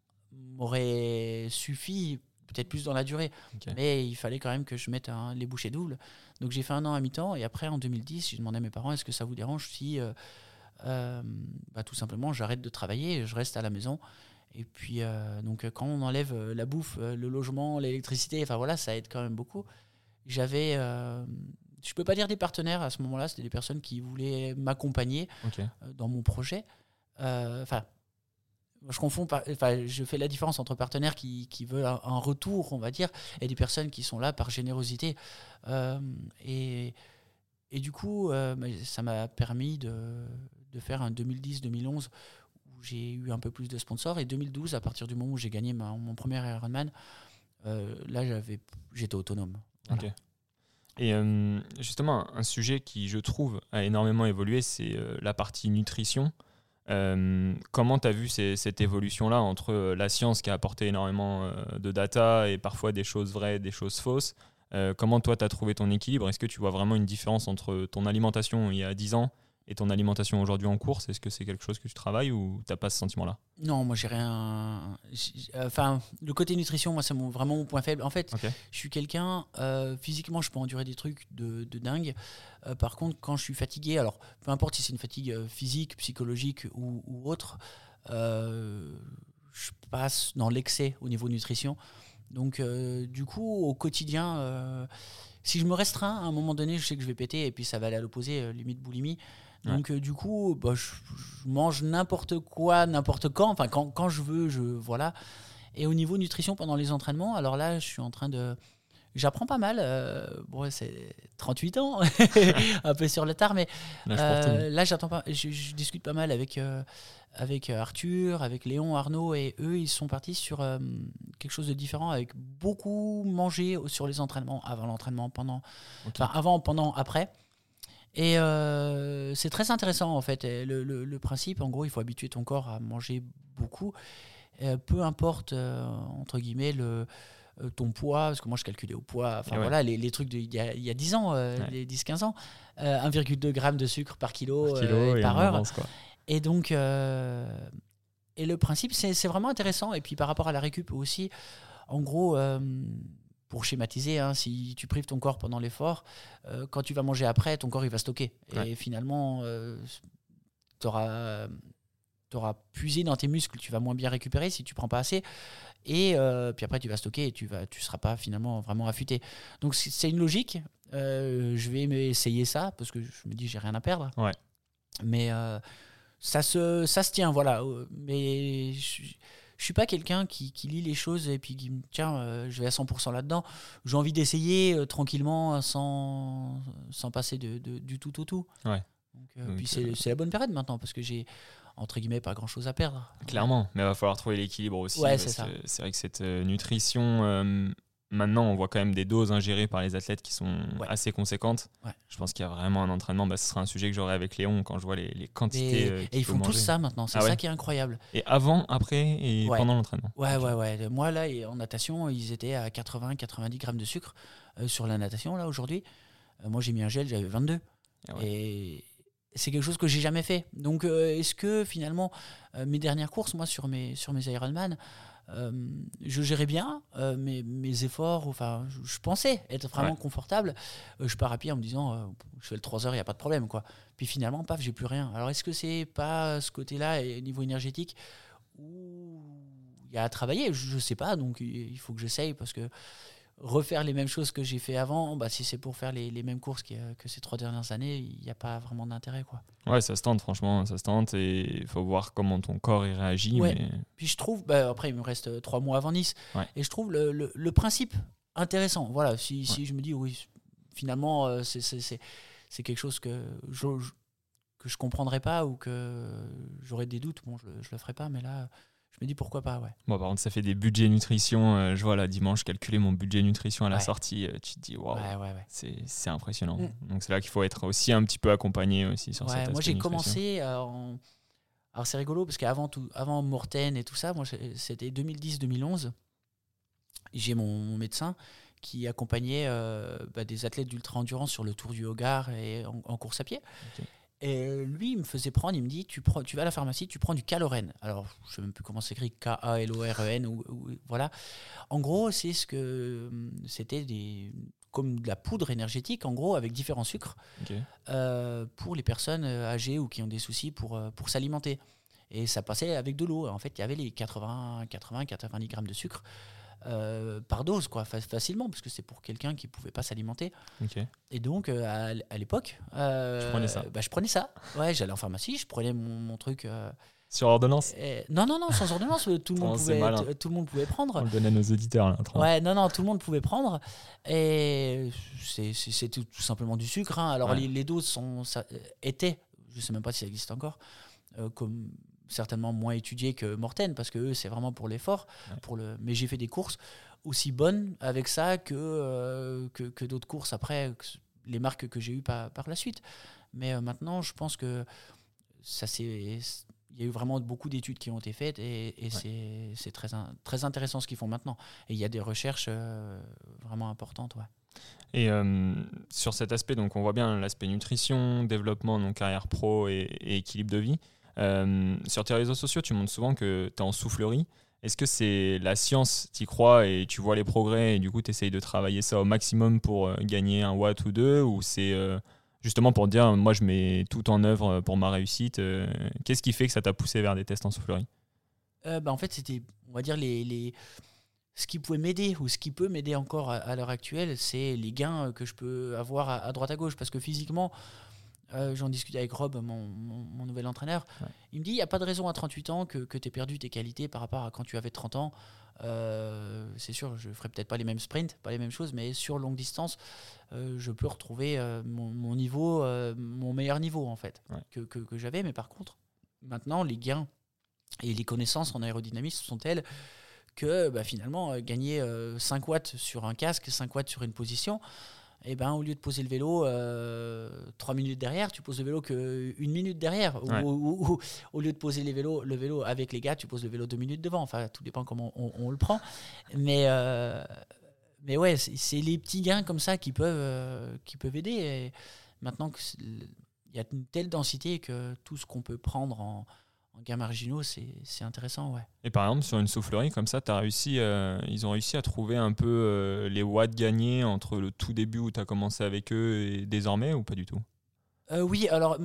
m'aurait suffi, peut-être plus dans la durée, okay. mais il fallait quand même que je mette un, les bouchées doubles. Donc j'ai fait un an à mi-temps, et après en deux mille dix, j'ai demandé à mes parents, est-ce que ça vous dérange si euh, euh, bah, tout simplement j'arrête de travailler, je reste à la maison. Et puis euh, donc quand on enlève la bouffe, le logement, l'électricité, enfin voilà, ça aide quand même beaucoup. J'avais euh, je peux pas dire des partenaires à ce moment-là, c'était des personnes qui voulaient m'accompagner okay. euh, dans mon projet. Enfin euh, Je confonds, par, enfin, je fais la différence entre partenaires qui, qui veulent un, un retour, on va dire, et des personnes qui sont là par générosité. Euh, et, et du coup, euh, ça m'a permis de, de faire un deux mille dix deux mille onze où j'ai eu un peu plus de sponsors. Et deux mille douze, à partir du moment où j'ai gagné ma, mon premier Ironman, euh, là, j'avais, j'étais autonome. Voilà. Okay. Et euh, justement, un sujet qui, je trouve, a énormément évolué, c'est euh, la partie nutrition. Euh, comment tu as vu ces, cette évolution-là entre euh, la science qui a apporté énormément euh, de data et parfois des choses vraies, des choses fausses euh, Comment toi tu as trouvé ton équilibre ? Est-ce que tu vois vraiment une différence entre ton alimentation il y a dix ans et ton alimentation aujourd'hui en course ? Est-ce que c'est quelque chose que tu travailles ou tu n'as pas ce sentiment-là ? Non, moi j'ai rien. J'ai... Enfin, le côté nutrition, moi c'est mon, vraiment mon point faible. En fait, okay. je suis quelqu'un, euh, physiquement je peux endurer des trucs de, de dingue. Euh, par contre, quand je suis fatigué, alors peu importe si c'est une fatigue physique, psychologique ou, ou autre, euh, je passe dans l'excès au niveau nutrition. Donc, euh, du coup, au quotidien, euh, si je me restreins, à un moment donné, je sais que je vais péter et puis ça va aller à l'opposé, euh, limite boulimie. Donc, ouais. euh, du coup, bah, je, je mange n'importe quoi, n'importe quand, enfin, quand, quand je veux, je, voilà. Et au niveau nutrition pendant les entraînements, alors là, je suis en train de. J'apprends pas mal. Euh, bon, c'est trente-huit ans, un peu sur le tard, mais euh, là, j'attends pas. Je, je discute pas mal avec, euh, avec Arthur, avec Léon, Arnaud, et eux, ils sont partis sur euh, quelque chose de différent, avec beaucoup manger sur les entraînements, avant l'entraînement, pendant, okay. enfin, avant, pendant, après. Et euh, c'est très intéressant en fait. Le, le, le principe, en gros, il faut habituer ton corps à manger beaucoup, euh, peu importe euh, entre guillemets le euh, ton poids, parce que moi je calculais au poids. Enfin ouais. voilà, les, les trucs d'il y a, il y a dix ans, euh, ouais. les dix quinze ans, euh, un virgule deux grammes de sucre par kilo, par, kilo euh, et et par heure. Avance, quoi. Et donc, euh, et le principe, c'est, c'est vraiment intéressant. Et puis par rapport à la récup aussi, en gros. Euh, Pour schématiser, hein, si tu prives ton corps pendant l'effort, euh, quand tu vas manger après, ton corps il va stocker. Ouais. Et finalement, euh, tu auras puisé dans tes muscles, tu vas moins bien récupérer si tu ne prends pas assez. Et euh, puis après, tu vas stocker et tu ne tu seras pas finalement vraiment affûté. Donc c'est, c'est une logique. Euh, je vais essayer ça parce que je me dis j'ai rien à perdre. Ouais. Mais euh, ça, se, ça se tient, voilà. Mais je, Je suis pas quelqu'un qui, qui lit les choses et puis qui me tiens, euh, je vais à cent pour cent là-dedans. J'ai envie d'essayer euh, tranquillement sans, sans passer de, de, du tout au tout. Ouais. Donc, euh, Donc, puis c'est, euh... c'est la bonne période maintenant parce que j'ai, entre guillemets, pas grand-chose à perdre. Clairement, mais il va falloir trouver l'équilibre aussi. Ouais, c'est ça. C'est vrai que cette euh, nutrition, euh, maintenant, on voit quand même des doses ingérées par les athlètes qui sont ouais. assez conséquentes. Ouais. Je pense qu'il y a vraiment un entraînement. Bah, ce sera un sujet que j'aurai avec Léon quand je vois les, les quantités. Et, euh, et ils font tous ça maintenant. C'est ah ça ouais. qui est incroyable. Et avant, après et ouais. pendant l'entraînement. Ouais, okay. ouais, ouais. Moi, là, en natation, ils étaient à quatre-vingts à quatre-vingt-dix grammes de sucre euh, sur la natation, là, aujourd'hui. Euh, moi, j'ai mis un gel, j'avais vingt-deux. Et, ouais. et c'est quelque chose que j'ai jamais fait. Donc, euh, est-ce que, finalement, euh, mes dernières courses, moi, sur mes, sur mes Ironman, Euh, je gérais bien euh, mes, mes efforts, enfin, je, je pensais être vraiment ouais. confortable. Euh, je pars à pied en me disant euh, je fais le trois heures, il n'y a pas de problème, quoi. Puis finalement, paf, j'ai plus rien. Alors est-ce que c'est pas ce côté-là, et niveau énergétique, où il y a à travailler ? Je ne sais pas, donc il faut que j'essaye parce que refaire les mêmes choses que j'ai fait avant, bah, si c'est pour faire les, les mêmes courses que, que ces trois dernières années, il n'y a pas vraiment d'intérêt, quoi. Ouais, ça se tente, franchement, ça se tente et il faut voir comment ton corps y réagit. Ouais. Mais... Puis je trouve, bah, après il me reste trois mois avant Nice, ouais. et je trouve le, le, le principe intéressant. Voilà, si, ouais. si je me dis, oui, finalement, euh, c'est, c'est, c'est, c'est quelque chose que je, je, que je comprendrais pas ou que j'aurais des doutes, bon, je, je le ferai pas, mais là... Je me dis pourquoi pas, ouais. Bon, par contre, ça fait des budgets nutrition. Euh, je vois là, dimanche, calculer mon budget nutrition à la ouais. sortie. Euh, tu te dis, waouh, ouais, ouais, ouais. c'est, c'est impressionnant. Mm. Donc, c'est là qu'il faut être aussi un petit peu accompagné aussi sur ouais, cet aspect moi, j'ai nutrition. commencé euh, en... Alors, c'est rigolo parce qu'avant tout, avant Mortaine et tout ça, moi, c'était deux mille dix deux mille onze. J'ai mon, mon médecin qui accompagnait euh, bah, des athlètes d'ultra-endurance sur le Tour du Hogar et en, en course à pied. Okay. Et lui, il me faisait prendre, il me dit, tu, prends, tu vas à la pharmacie, tu prends du Calorène. Alors, je ne sais même plus comment s'écrit, K A L O R E N, ou, ou, voilà. En gros, c'est ce que, c'était des, comme de la poudre énergétique, en gros, avec différents sucres, okay. euh, pour les personnes âgées ou qui ont des soucis pour, pour s'alimenter. Et ça passait avec de l'eau. En fait, il y avait les quatre-vingts quatre-vingt-dix grammes de sucre. Euh, par dose, quoi, facilement, parce que c'est pour quelqu'un qui ne pouvait pas s'alimenter. Okay. Et donc, euh, à, à l'époque, euh, je prenais ça. Bah, je prenais ça. Ouais, j'allais en pharmacie, je prenais mon, mon truc. Euh, Sur ordonnance et, Non, non, non, sans ordonnance, tout, le monde pouvait, t- tout le monde pouvait prendre. On le donnait à nos auditeurs. Là, ouais, non, non, tout le monde pouvait prendre. Et c'est, c'est, c'est tout, tout simplement du sucre. Hein. Alors, ouais. les, les doses sont, ça, étaient, je ne sais même pas si ça existe encore, euh, comme. certainement moins étudié que Mortaine parce que eux, c'est vraiment pour l'effort, ouais. pour le... mais j'ai fait des courses aussi bonnes avec ça que, euh, que, que d'autres courses après, les marques que j'ai eues par, par la suite. Mais euh, maintenant, je pense que ça c'est... il y a eu vraiment beaucoup d'études qui ont été faites et, et ouais. c'est, c'est très, très intéressant ce qu'ils font maintenant. Et il y a des recherches euh, vraiment importantes. Ouais. Et euh, sur cet aspect, donc, on voit bien l'aspect nutrition, développement, donc carrière pro et, et équilibre de vie. Euh, sur tes réseaux sociaux, tu montres souvent que tu es en soufflerie. Est-ce que c'est la science, tu y crois et tu vois les progrès et du coup tu essayes de travailler ça au maximum pour euh, gagner un watt ou deux, ou c'est euh, justement pour te dire moi je mets tout en œuvre pour ma réussite euh, qu'est-ce qui fait que ça t'a poussé vers des tests en soufflerie? euh, bah, En fait, c'était, on va dire, les, les... ce qui pouvait m'aider ou ce qui peut m'aider encore à, à l'heure actuelle, c'est les gains que je peux avoir à, à droite à gauche parce que physiquement, Euh, j'en discutais avec Rob, mon, mon, mon nouvel entraîneur. Ouais. Il me dit il n'y a pas de raison à trente-huit ans que, que tu aies perdu tes qualités par rapport à quand tu avais trente ans. Euh, c'est sûr, je ne ferai peut-être pas les mêmes sprints, pas les mêmes choses, mais sur longue distance, euh, je peux retrouver euh, mon, mon niveau, euh, mon meilleur niveau en fait, ouais. que, que, que j'avais. Mais par contre, maintenant, les gains et les connaissances en aérodynamisme sont telles que bah, finalement, euh, gagner euh, cinq watts sur un casque, cinq watts sur une position, et ben, au lieu de poser le vélo euh, trois minutes derrière, tu poses le vélo qu'une minute derrière. Ouais. Ou, ou, ou au lieu de poser les vélos, le vélo avec les gars, tu poses le vélo deux minutes devant. Enfin, tout dépend comment on, on le prend. Mais, euh, mais ouais, c'est, c'est les petits gains comme ça qui peuvent, euh, qui peuvent aider. Et maintenant qu'il y a une telle densité que tout ce qu'on peut prendre en... en gains marginaux, c'est, c'est intéressant, ouais. Et par exemple, sur une soufflerie comme ça, t'as réussi, euh, ils ont réussi à trouver un peu euh, les watts gagnés entre le tout début où tu as commencé avec eux et désormais, ou pas du tout? euh, Oui, alors,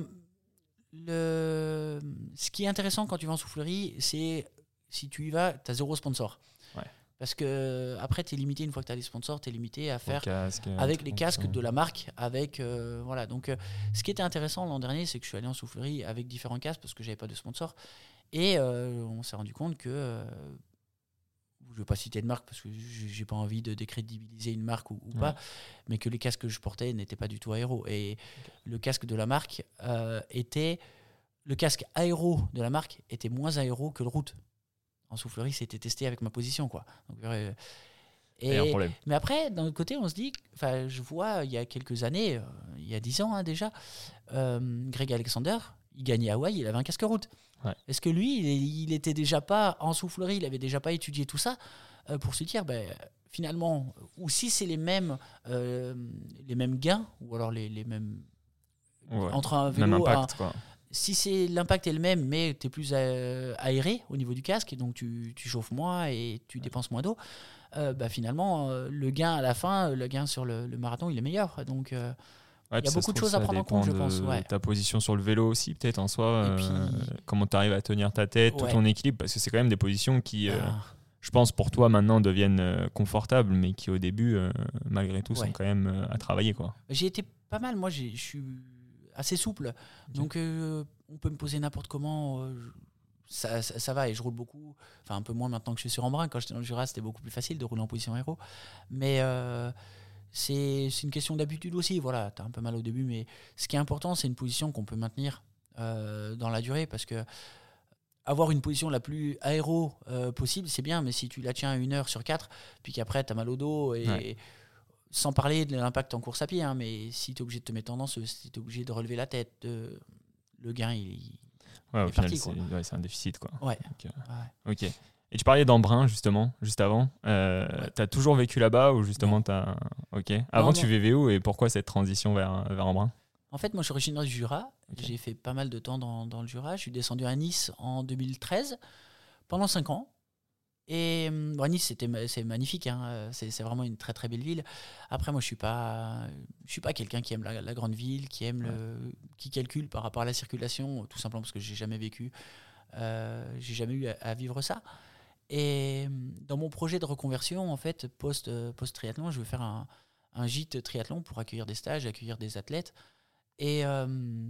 le... ce qui est intéressant quand tu vas en soufflerie, c'est si tu y vas, tu as zéro sponsor. Ouais. Parce que après, tu es limité, une fois que tu as les sponsors, tu es limité à faire casque, avec les casques de la marque. Avec, euh, voilà. Donc, euh, ce qui était intéressant l'an dernier, c'est que je suis allé en soufflerie avec différents casques parce que je n'avais pas de sponsor. Et euh, on s'est rendu compte que, euh, je ne vais pas citer de marque parce que je n'ai pas envie de décrédibiliser une marque ou, ou ouais. pas, mais que les casques que je portais n'étaient pas du tout aéro. Et okay. le casque de la marque euh, était... Le casque aéro de la marque était moins aéro que le route. En soufflerie, c'était testé avec ma position, quoi. Donc, euh, et, et un mais après, d'un autre côté, on se dit, enfin, je vois, il y a quelques années, euh, il y a dix ans hein, déjà, euh, Greg Alexander, il gagnait à Hawaï, il avait un casque route. Ouais. Est-ce que lui, il, il était déjà pas en soufflerie, il avait déjà pas étudié tout ça euh, pour se dire, ben, finalement, ou si c'est les mêmes, euh, les mêmes gains, ou alors les, les mêmes ouais. entre un vélo, même impact, un, quoi. Si c'est, l'impact est le même, mais tu es plus aéré au niveau du casque, et donc tu, tu chauffes moins et tu ouais. dépenses moins d'eau, euh, bah finalement, euh, le gain à la fin, le gain sur le, le marathon, il est meilleur. Donc, il euh, ouais, y a beaucoup de choses à prendre en compte, je pense. Ouais. Ta position sur le vélo aussi, peut-être en soi, et euh, puis, comment tu arrives à tenir ta tête, ouais. tout ton équilibre, parce que c'est quand même des positions qui... Euh, ah. je pense, pour toi maintenant deviennent euh, confortables, mais qui au début, euh, malgré tout, Ouais. sont quand même euh, à travailler, quoi. J'ai été pas mal, moi j'ai- je suis assez souple, donc euh, on peut me poser n'importe comment, euh, ça, ça, ça va et je roule beaucoup, enfin un peu moins maintenant que je suis sur Embrun. Quand j'étais dans le Jura c'était beaucoup plus facile de rouler en position aéro, mais euh, c'est c'est une question d'habitude aussi, voilà, t'as un peu mal au début, mais ce qui est important c'est une position qu'on peut maintenir euh, dans la durée, parce que avoir une position la plus aéro euh, possible c'est bien, mais si tu la tiens une heure sur quatre, puis qu'après t'as mal au dos et... Ouais. Sans parler de l'impact en course à pied, hein, mais si tu es obligé de te mettre en danseuse, si tu es obligé de relever la tête, de- le gain, il, il- Ouais, au est final, parti, c'est quoi. ouais, c'est un déficit, quoi. Ouais. Donc, euh, Ouais. ok. Et tu parlais d'Embrun, justement, juste avant. Euh, Ouais. T'as toujours vécu là-bas ou justement t'as... Ok. Avant, Non, tu non. vivais où et pourquoi cette transition vers, vers Embrun? En fait, moi, je suis originaire du Jura. Ok. J'ai fait pas mal de temps dans, dans le Jura. Je suis descendu à Nice en deux mille treize, pendant cinq ans. Et hum, bon, Nice, c'était, ma- c'est magnifique. Hein. C'est, c'est vraiment une très très belle ville. Après, moi, je suis pas, je suis pas quelqu'un qui aime la, la grande ville, qui aime le, qui calcule par rapport à la circulation, tout simplement parce que j'ai jamais vécu, euh, j'ai jamais eu à, à vivre ça. Et hum, dans mon projet de reconversion, en fait, post post triathlon, je veux faire un, un gîte triathlon pour accueillir des stages, accueillir des athlètes. Et euh,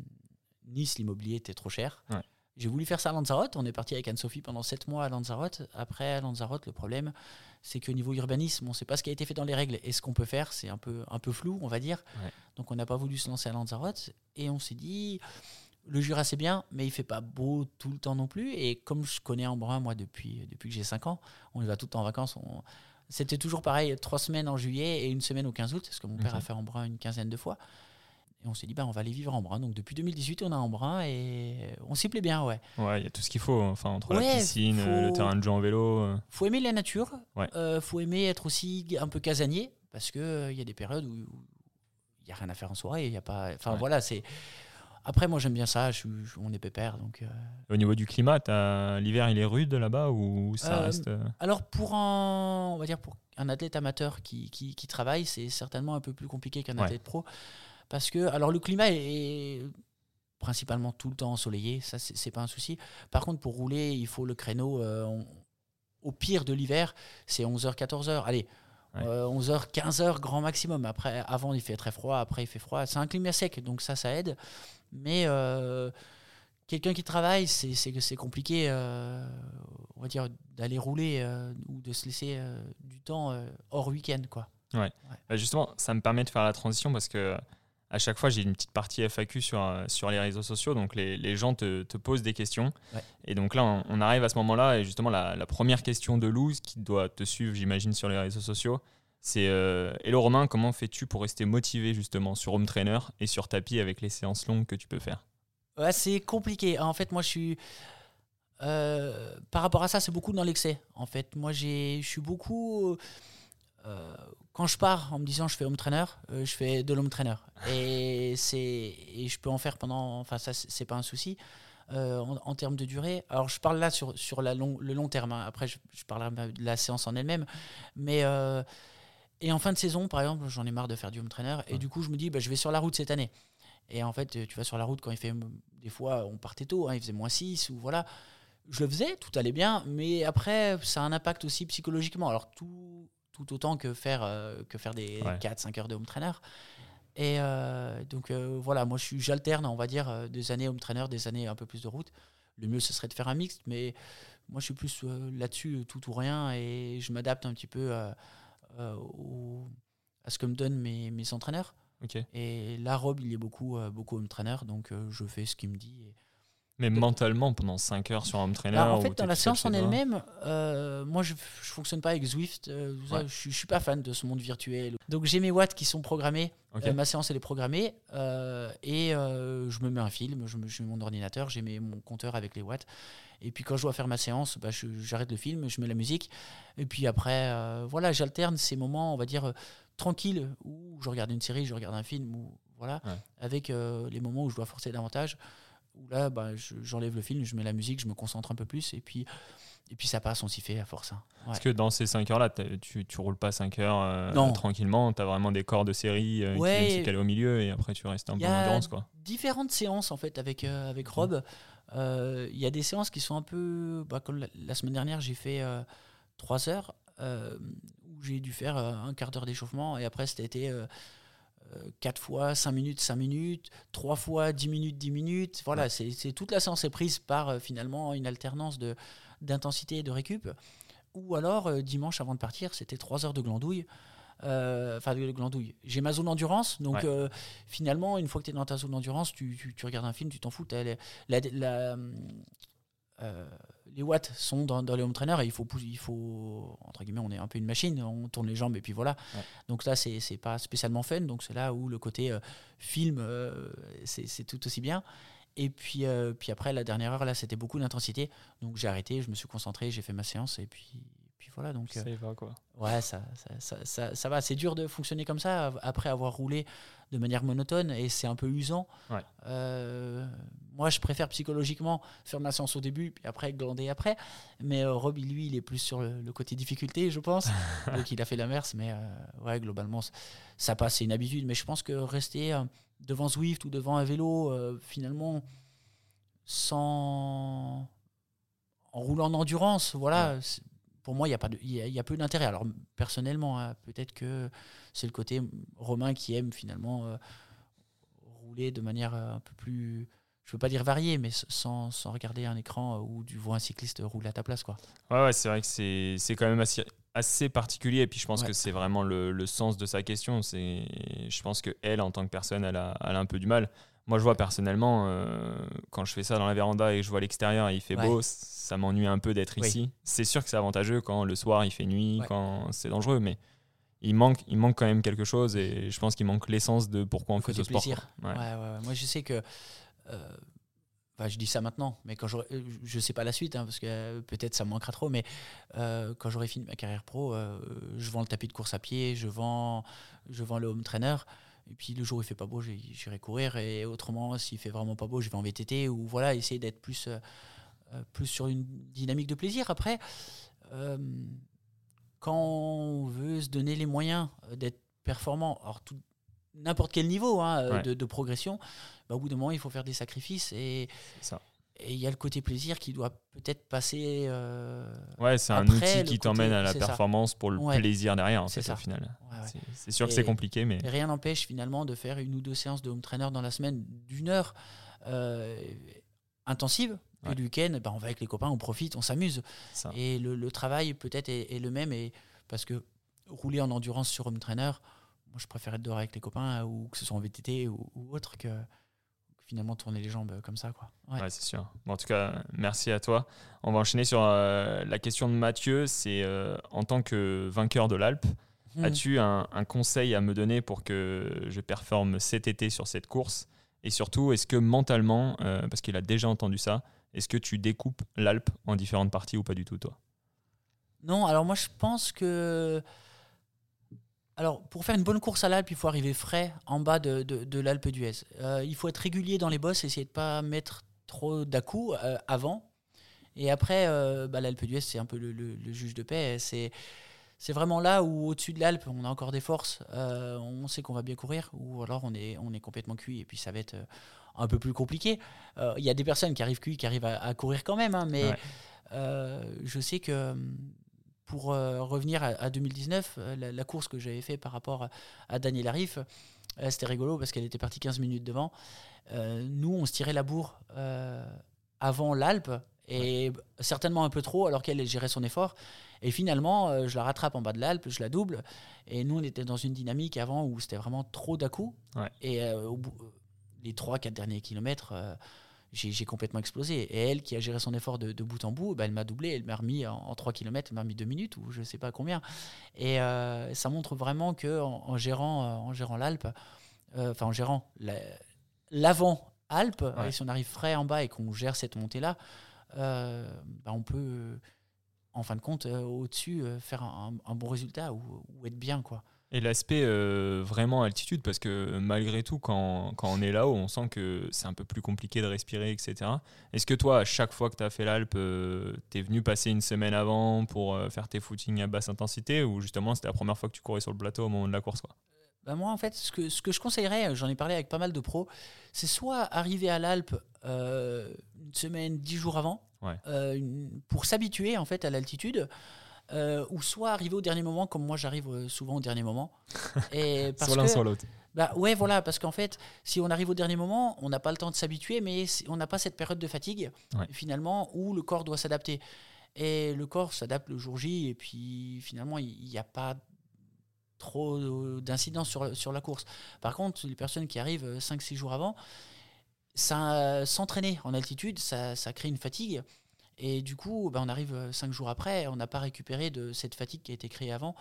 Nice, l'immobilier était trop cher. Ouais. J'ai voulu faire ça à Lanzarote. On est parti avec Anne-Sophie pendant sept mois à Lanzarote. Après, à Lanzarote, le problème, c'est qu'au niveau urbanisme, on ne sait pas ce qui a été fait dans les règles. Et ce qu'on peut faire, c'est un peu, un peu flou, on va dire. Ouais. Donc, on n'a pas voulu se lancer à Lanzarote. Et on s'est dit, le Jura, c'est bien, mais il ne fait pas beau tout le temps non plus. Et comme je connais Embrun, moi, depuis, depuis que j'ai cinq ans, on y va tout le temps en vacances. On... C'était toujours pareil, trois semaines en juillet et une semaine au quinze août, parce que mon père Ok. a fait Embrun une quinzaine de fois. Et on s'est dit, bah, on va aller vivre à Embrun. Donc depuis deux mille dix-huit, on est à Embrun et on s'y plaît bien, ouais. Ouais, il y a tout ce qu'il faut, enfin, entre Ouais, la piscine, faut- le terrain de jeu en vélo. euh. Faut aimer la nature, Ouais. euh, faut aimer être aussi un peu casanier, parce qu'il euh, y a des périodes où il n'y a rien à faire en soirée. Y a pas... Enfin Ouais. voilà, c'est... Après, moi j'aime bien ça, je, suis- je- on est pépère. Donc, euh. Au niveau du climat, t'as- l'hiver, il est rude là-bas ou ça Euh, reste... euh, Alors pour un, on va dire pour un athlète amateur qui, qui, qui travaille, c'est certainement un peu plus compliqué qu'un Ouais. athlète pro. Parce que, alors le climat est, est principalement tout le temps ensoleillé, ça c'est c'est pas un souci. Par contre, pour rouler, il faut le créneau, euh, on- au pire de l'hiver, c'est onze heures, quatorze heures. Allez, Ouais. euh, onze heures, quinze heures grand maximum. Après, avant il fait très froid, après il fait froid. C'est un climat sec, donc ça, ça aide. Mais euh, quelqu'un qui travaille, c'est c'est que c'est compliqué, euh, on va dire, d'aller rouler euh, ou de se laisser euh, du temps euh, hors week-end, quoi. Bah, justement, ça me permet de faire la transition parce que à chaque fois, j'ai une petite partie F A Q sur, euh, sur les réseaux sociaux. Donc, les, les gens te, te posent des questions. Ouais. Et donc là, on, on arrive à ce moment-là. Et justement, la, la première question de Lou, qui doit te suivre, j'imagine, sur les réseaux sociaux, c'est euh, Hello Romain, comment fais-tu pour rester motivé justement sur home trainer et sur tapis avec les séances longues que tu peux faire? Ouais, c'est compliqué. En fait, moi, je suis. euh, par rapport à ça, c'est beaucoup dans l'excès. En fait, moi, j'ai, je suis beaucoup. euh, quand je pars en me disant je fais home trainer, euh, je fais de l'home trainer. Et, c'est, et je peux en faire pendant. Enfin, ça, c'est, c'est pas un souci. Euh, en, en termes de durée. Alors, je parle là sur, sur la long, le long terme. Hein. Après, je, je parlerai de la séance en elle-même. Mais. Euh, et en fin de saison, par exemple, j'en ai marre de faire du home trainer. Et Ouais. du coup, je me dis, bah, je vais sur la route cette année. Et en fait, tu vas sur la route quand il fait. Des fois, on partait tôt, hein, il faisait moins six, ou voilà. Je le faisais, tout allait bien, mais après, ça a un impact aussi psychologiquement. Alors, tout, tout autant que faire, euh, que faire des Ouais. quatre cinq heures de home trainer. Et euh, donc, euh, voilà, moi, je suis, j'alterne, on va dire, euh, des années home trainer, des années un peu plus de route. Le mieux, ce serait de faire un mixte, mais moi, je suis plus euh, là-dessus, tout ou rien, et je m'adapte un petit peu euh, euh, au- à ce que me donnent mes, mes entraîneurs. Ok. Et là, Rob, il est beaucoup, euh, beaucoup home trainer, donc euh, je fais ce qu'il me dit. Et... Mais mentalement, pendant cinq heures sur home trainer. Alors, en où fait, t'es dans la tout seul séance en chez toi. elle-même, euh, moi, je ne fonctionne pas avec Zwift. euh, tout ça, Ouais. je ne suis pas fan de ce monde virtuel. Donc, j'ai mes watts qui sont programmés. Ok. Euh, ma séance, elle est programmée. euh, et euh, je me mets un film, je, me, je mets mon ordinateur, j'ai mes- mon compteur avec les watts. Et puis, quand je dois faire ma séance, bah, je- j'arrête le film, je mets la musique. Et puis après, euh, voilà, j'alterne ces moments, on va dire, euh, tranquilles, où je regarde une série, je regarde un film, ou, voilà, Ouais. avec euh, les moments où je dois forcer davantage. Où là, bah, je- j'enlève le film, je mets la musique, je me concentre un peu plus. Et puis, et puis ça passe, on s'y fait à force. Hein. Ouais. Parce que dans ces cinq heures-là, t'as- tu, tu roules pas cinq heures euh, Non. tranquillement, tu as vraiment des corps de série euh, Ouais. qui viennent se caler au milieu et après tu restes un Il peu y en a endurance. Quoi. différentes séances en fait avec, euh, avec Rob. Euh, Il y a des séances qui sont un peu. Bah, comme la, la semaine dernière, j'ai fait euh, trois heures, euh, où j'ai dû faire euh, un quart d'heure d'échauffement, et après c'était euh, euh, quatre fois cinq minutes, cinq minutes, trois fois dix minutes, dix minutes. Voilà, ouais. c'est, c'est toute la séance est prise par euh, finalement une alternance de, d'intensité et de récup. Ou alors, euh, dimanche avant de partir, c'était trois heures de glandouille. Enfin, euh, de glandouille. J'ai ma zone d'endurance, donc ouais. euh, finalement, une fois que tu es dans ta zone d'endurance, tu, tu, tu regardes un film, tu t'en fous. La, la, la, euh, les watts sont dans, dans les home trainers et il faut, il faut, entre guillemets, on est un peu une machine, on tourne les jambes et puis voilà. Ouais. Donc là, c'est, c'est pas spécialement fun, donc c'est là où le côté euh, film, euh, c'est, c'est tout aussi bien. Et puis, euh, puis après, la dernière heure, là, c'était beaucoup d'intensité. Donc j'ai arrêté, je me suis concentré, j'ai fait ma séance et puis, puis voilà. Donc, ça y va, quoi. Ouais, ça, ça, ça, ça, ça va. C'est dur de fonctionner comme ça après avoir roulé de manière monotone et c'est un peu usant. Ouais. Euh, moi, je préfère psychologiquement faire ma séance au début, puis après glander après. Mais euh, Rob, lui, il est plus sur le, le côté difficulté, je pense. Donc il a fait l'inverse. Mais euh, ouais, globalement, ça passe, c'est une habitude. Mais je pense que rester euh, devant Zwift ou devant un vélo, euh, finalement, sans... en roulant en endurance, voilà... Ouais. Pour moi, il y a pas de, il y a, il y a peu d'intérêt. Alors personnellement, hein, peut-être que c'est le côté Romain qui aime finalement euh, rouler de manière un peu plus, je veux pas dire variée, mais sans, sans regarder un écran où tu vois un cycliste rouler à ta place, quoi. Ouais, ouais, c'est vrai que c'est, c'est quand même assez, assez particulier. Et puis je pense ouais. que c'est vraiment le, le sens de sa question. C'est, je pense que elle, en tant que personne, elle a, elle a un peu du mal. Moi, je vois personnellement, euh, quand je fais ça dans la véranda et que je vois l'extérieur et il fait ouais. beau, ça m'ennuie un peu d'être oui. ici. C'est sûr que c'est avantageux quand le soir il fait nuit, ouais. quand c'est dangereux, mais il manque, il manque quand même quelque chose et je pense qu'il manque l'essence de pourquoi on fait ce sport. Plaisir. Ouais. Ouais, ouais. Moi, je sais que, euh, enfin, je dis ça maintenant, mais quand j'aurai, je sais pas la suite, hein, parce que euh, peut-être ça me manquera trop, mais euh, quand j'aurai fini ma carrière pro, euh, je vends le tapis de course à pied, je vends, je vends le home trainer. Et puis le jour où il fait pas beau, j'irai courir. Et autrement, s'il fait vraiment pas beau, je vais en V T T. Ou voilà, essayer d'être plus, euh, plus sur une dynamique de plaisir. Après, euh, quand on veut se donner les moyens d'être performant, alors tout, n'importe quel niveau hein, ouais. de, de progression, bah, au bout d'un moment, il faut faire des sacrifices. Et ça. Et il y a le côté plaisir qui doit peut-être passer. Euh, ouais, c'est un outil qui t'emmène à la performance ça. Pour le ouais. plaisir derrière, en fait, au final. Ouais, ouais. C'est, c'est sûr et, que c'est compliqué, mais. Et rien n'empêche finalement de faire une ou deux séances de home trainer dans la semaine d'une heure euh, intensive. Ouais. Et le week-end, bah, on va avec les copains, on profite, on s'amuse. Ça. Et le, le travail peut-être est, est le même, et, parce que rouler en endurance sur home trainer, moi je préfère être dehors avec les copains, ou que ce soit en V T T ou, ou autre, que. Finalement tourner les jambes comme ça, quoi. Ouais, ouais c'est sûr. Bon, en tout cas, merci à toi. On va enchaîner sur euh, la question de Mathieu. C'est euh, en tant que vainqueur de l'Alpe, mmh. as-tu un, un conseil à me donner pour que je performe cet été sur cette course ? Et surtout, est-ce que mentalement, euh, parce qu'il a déjà entendu ça, est-ce que tu découpes l'Alpe en différentes parties ou pas du tout, toi ? Non, alors moi je pense que... Alors, pour faire une bonne course à l'Alpe, il faut arriver frais en bas de, de, de l'Alpe d'Huez. Euh, il faut être régulier dans les bosses, essayer de ne pas mettre trop d'à-coups euh, avant. Et après, euh, bah, l'Alpe d'Huez, c'est un peu le, le, le juge de paix. C'est, c'est vraiment là où, au-dessus de l'Alpe, on a encore des forces. Euh, on sait qu'on va bien courir, ou alors on est, on est complètement cuit, et puis ça va être un peu plus compliqué. Il euh, y a des personnes qui arrivent cuits, qui arrivent à, à courir quand même, hein, mais ouais. euh, je sais que... Pour euh, revenir à, à deux mille dix-neuf, euh, la, la course que j'avais fait par rapport à, à Daniel Arif, euh, c'était rigolo parce qu'elle était partie quinze minutes devant. Euh, nous, on se tirait la bourre euh, avant l'Alpe, et ouais. certainement un peu trop, alors qu'elle gérait son effort. Et finalement, euh, je la rattrape en bas de l'Alpe, je la double. Et nous, on était dans une dynamique avant où c'était vraiment trop d'à-coups. Ouais. Et euh, au bout, les trois quatre derniers kilomètres... Euh, J'ai, j'ai complètement explosé. Et elle, qui a géré son effort de, de bout en bout, bah, elle m'a doublé, elle m'a remis en, en trois kilomètres, elle m'a remis deux minutes, ou je ne sais pas combien. Et euh, ça montre vraiment qu'en en gérant, euh, en gérant l'Alpe, euh, enfin en gérant la, l'avant-Alpe, ouais. et si on arrive frais en bas et qu'on gère cette montée-là, euh, bah, on peut, en fin de compte, euh, au-dessus, euh, faire un, un bon résultat ou, ou être bien, quoi. Et l'aspect euh, vraiment altitude, parce que malgré tout, quand, quand on est là-haut, on sent que c'est un peu plus compliqué de respirer, et cetera. Est-ce que toi, à chaque fois que tu as fait l'Alpe, euh, tu es venu passer une semaine avant pour euh, faire tes footings à basse intensité, ou justement c'était la première fois que tu courais sur le plateau au moment de la course, quoi ? Bah moi, en fait, ce que, ce que je conseillerais, j'en ai parlé avec pas mal de pros, c'est soit arriver à l'Alpe euh, une semaine, dix jours avant, ouais. euh, une, pour s'habituer en fait, à l'altitude. euh, ou soit arriver au dernier moment, comme moi j'arrive euh, souvent au dernier moment. Et parce Soit l'un, que, soit l'autre. bah ouais, voilà, parce qu'en fait, si on arrive au dernier moment, on n'a pas le temps de s'habituer, mais si- on n'a pas cette période de fatigue, Ouais. finalement, où le corps doit s'adapter. Et le corps s'adapte le jour J, et puis finalement, il n'y a pas trop euh, d'incidence sur, sur la course. Par contre, les personnes qui arrivent cinq six jours avant, ça, euh, s'entraîner en altitude, ça, ça crée une fatigue. Et du coup, bah, on arrive cinq jours après, on n'a pas récupéré de cette fatigue qui a été créée avant.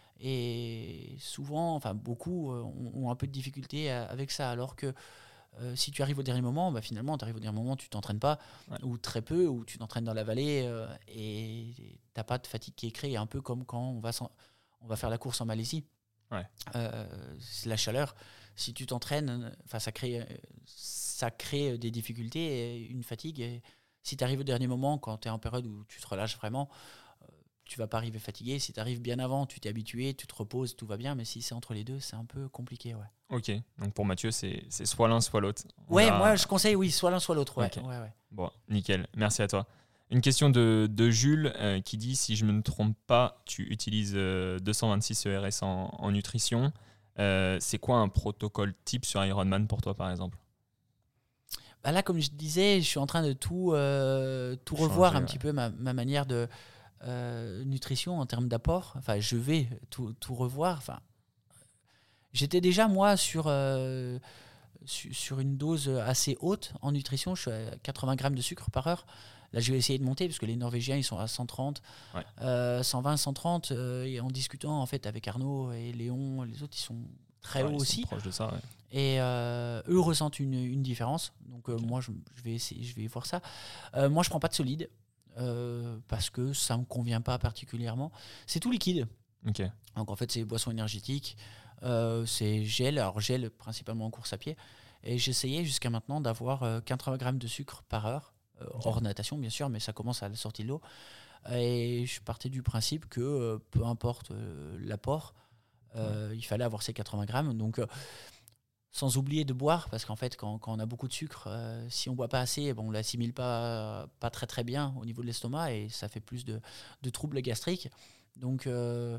Et souvent, enfin beaucoup, euh, ont, ont un peu de difficulté à- avec ça. Alors que euh, si tu arrives au dernier moment, bah, finalement, tu arrives au dernier moment, tu t'entraînes pas, Ouais. ou très peu, ou tu t'entraînes dans la vallée, euh, et tu n'as pas de fatigue qui est créée. Un peu comme quand on va, s'en- on va faire la course en Malaisie. Ouais. Euh, c'est la chaleur. Si tu t'entraînes, enfin, ça crée, euh, ça crée des difficultés et une fatigue. Et si tu arrives au dernier moment, quand tu es en période où tu te relâches vraiment, euh, tu vas pas arriver fatigué. Si tu arrives bien avant, tu t'es habitué, tu te reposes, tout va bien. Mais si c'est entre les deux, c'est un peu compliqué. Ouais, Ok, donc pour Mathieu, c'est c'est soit l'un, soit l'autre. On ouais verra- moi je conseille, oui, soit l'un, soit l'autre. Ouais, Ok. ouais, ouais. Bon, nickel, merci à toi. Une question de, de Jules euh, qui dit, si je ne me trompe pas, tu utilises euh, deux cent vingt-six E R S en, en nutrition. Euh, c'est quoi un protocole type sur Ironman pour toi, par exemple? Bah là, comme je disais, je suis en train de tout, euh, tout Changer, revoir un ouais. petit peu ma, ma manière de euh, nutrition en termes d'apport. Enfin, je vais tout, tout revoir. Enfin, j'étais déjà, moi, sur, euh, su- sur une dose assez haute en nutrition. Je suis à quatre-vingts grammes de sucre par heure. Là, je vais essayer de monter parce que les Norvégiens, ils sont à cent trente, Ouais. euh, cent vingt, cent trente. euh, et en discutant en fait avec Arnaud et Léon, les autres, ils sont très Ouais, hauts ils sont aussi. proches de ça, ouais. Et euh, eux ressentent une, une différence. Donc euh, Ok. moi, je, je vais essayer, je vais voir ça. Euh, moi, je prends pas de solide euh, parce que ça me convient pas particulièrement. C'est tout liquide. Ok, Donc en fait, c'est boissons énergétiques, euh, c'est gel. Alors gel principalement en course à pied. Et j'essayais jusqu'à maintenant d'avoir euh, quatre-vingts grammes de sucre par heure, euh, Ok. hors natation bien sûr, mais ça commence à la sortie de l'eau. Et je partais du principe que euh, peu importe euh, l'apport, euh, il fallait avoir ces quatre-vingts grammes. Donc euh, sans oublier de boire, parce qu'en fait, quand, quand on a beaucoup de sucre, euh, si on boit pas assez, bon, on l'assimile pas, pas très très bien au niveau de l'estomac et ça fait plus de, de troubles gastriques. Donc, euh,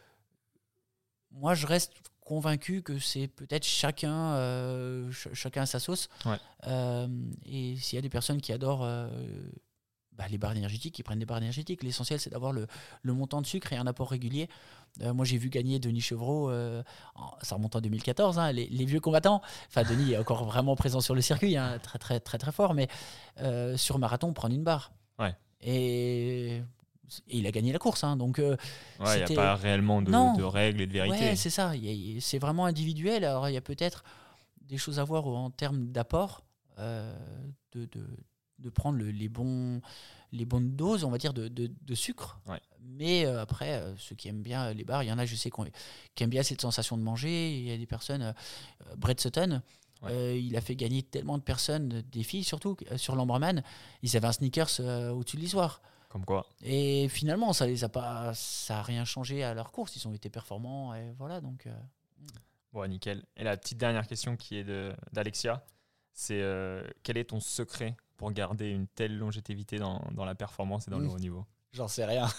moi, je reste convaincu que c'est peut-être chacun, euh, ch- chacun à sa sauce. Ouais. Euh, et s'il y a des personnes qui adorent euh, bah, les barres énergétiques, ils prennent des barres énergétiques. L'essentiel, c'est d'avoir le, le montant de sucre et un apport régulier. Euh, moi, j'ai vu gagner Denis Chevreau, euh, en- ça remonte en deux mille quatorze, hein, les, les vieux combattants. Enfin, Denis est encore vraiment présent sur le circuit, hein, très, très, très, très fort, mais euh, sur marathon, prendre une barre. Ouais. Et, et il a gagné la course. Hein, donc, euh, ouais, il n'y a c'était- pas réellement de, Non. de règles et de vérité. ouais, c'est ça. Il y a- il- C'est vraiment individuel. Alors, il y a peut-être des choses à voir en termes d'apport, euh, de, de, de prendre le- les, bons, les bonnes doses, on va dire, de, de, de sucre. Ouais. Mais euh, après, euh, ceux qui aiment bien les bars, il y en a, je sais, qu'on- qui aiment bien cette sensation de manger. Il y a des personnes, euh, euh, Brett Sutton, Ouais. euh, il a fait gagner tellement de personnes, des filles surtout, euh, sur l'Amberman. Ils avaient un sneakers euh, au-dessus de l'isoire. Comme quoi. Et finalement, ça les a pas, ça a rien changé à leur course. Ils ont été performants et voilà. Donc, euh, Bon, nickel. Et la petite dernière question qui est de- d'Alexia, c'est euh, quel est ton secret pour garder une telle longévité dans, dans la performance et dans le Mmh. haut niveau? j'en sais rien.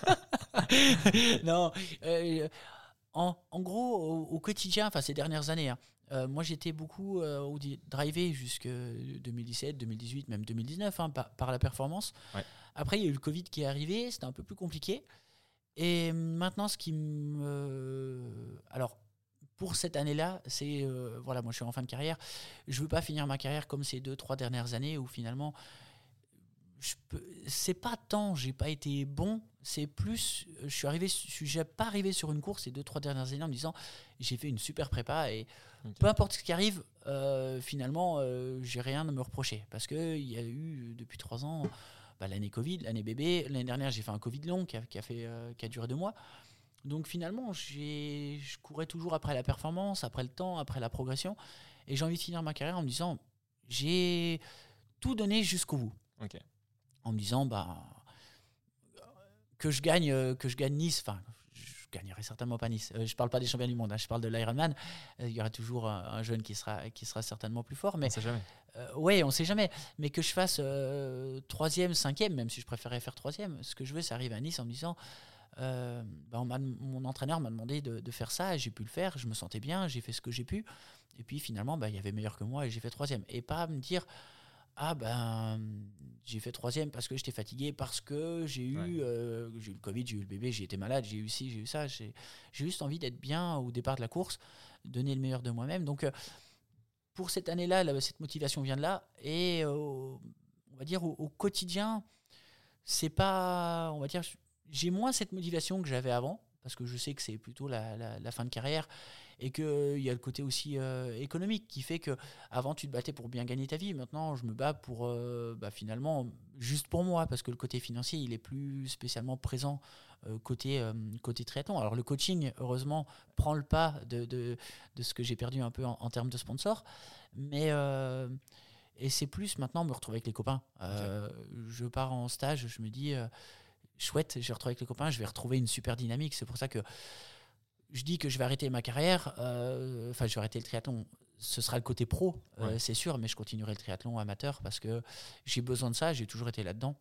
non. euh, en, en gros, au, au quotidien, enfin ces dernières années, hein, euh, moi j'étais beaucoup euh, au di- drivé jusque deux mille dix-sept, deux mille dix-huit, même deux mille dix-neuf, hein, par, par la performance. Ouais. Après, il y a eu le Covid qui est arrivé, c'était un peu plus compliqué. Et maintenant, ce qui me. Alors, pour cette année-là, c'est. euh, voilà, moi je suis en fin de carrière. Je veux pas finir ma carrière comme ces deux, trois dernières années où finalement. Je peux... C'est pas tant, j'ai pas été bon, c'est plus. Je suis arrivé, je suis pas arrivé sur une course ces deux, trois dernières années en me disant j'ai fait une super prépa et Ok. peu importe ce qui arrive, euh, finalement, euh, j'ai rien à me reprocher. Parce qu'il y a eu depuis trois ans. Bah, l'année Covid, l'année bébé. L'année dernière, j'ai fait un Covid long qui a, qui a, fait, euh, qui a duré deux mois. Donc finalement, j'ai, je courais toujours après la performance, après le temps, après la progression. Et j'ai envie de finir ma carrière en me disant, j'ai tout donné jusqu'au bout. Ok. En me disant, bah, que je gagne, euh, que je gagne Nice, enfin, je gagnerai certainement pas Nice. Euh, je parle pas des champions du monde, hein, je parle de l'Ironman. Euh, Il y aura toujours un, un jeune qui sera, qui sera certainement plus fort. Mais On sait jamais. euh, ouais, on sait jamais. Mais que je fasse euh, troisième, cinquième, même si je préférais faire troisième, ce que je veux, c'est arriver à Nice en me disant, euh, bah, on m'a, mon entraîneur m'a demandé de, de faire ça, et j'ai pu le faire, je me sentais bien, j'ai fait ce que j'ai pu, et puis finalement, bah, il y avait meilleur que moi, et j'ai fait troisième. Et pas me dire, ah ben, j'ai fait troisième parce que j'étais fatigué, parce que j'ai eu, Ouais. euh, j'ai eu le Covid, j'ai eu le bébé, j'ai été malade, j'ai eu ci, j'ai eu ça, j'ai, j'ai juste envie d'être bien au départ de la course, donner le meilleur de moi-même. Donc, euh, pour cette année-là, là, cette motivation vient de là, et euh, on va dire au, au quotidien, c'est pas, on va dire, j'ai moins cette motivation que j'avais avant, parce que je sais que c'est plutôt la, la, la fin de carrière, et qu'il euh, y a le côté aussi euh, économique qui fait que avant tu te battais pour bien gagner ta vie, maintenant je me bats pour euh, bah, finalement juste pour moi, parce que le côté financier il est plus spécialement présent euh, côté, euh, côté triathlon. Alors le coaching heureusement prend le pas de, de, de ce que j'ai perdu un peu en, en termes de sponsors, mais euh, et c'est plus maintenant me retrouver avec les copains. Euh, okay. Je pars en stage, je me dis euh, chouette, je vais retrouver avec les copains, je vais retrouver une super dynamique. C'est pour ça que je dis que je vais arrêter ma carrière, enfin euh, je vais arrêter le triathlon, ce sera le côté pro, ouais. euh, c'est sûr, mais je continuerai le triathlon amateur parce que j'ai besoin de ça, j'ai toujours été là-dedans.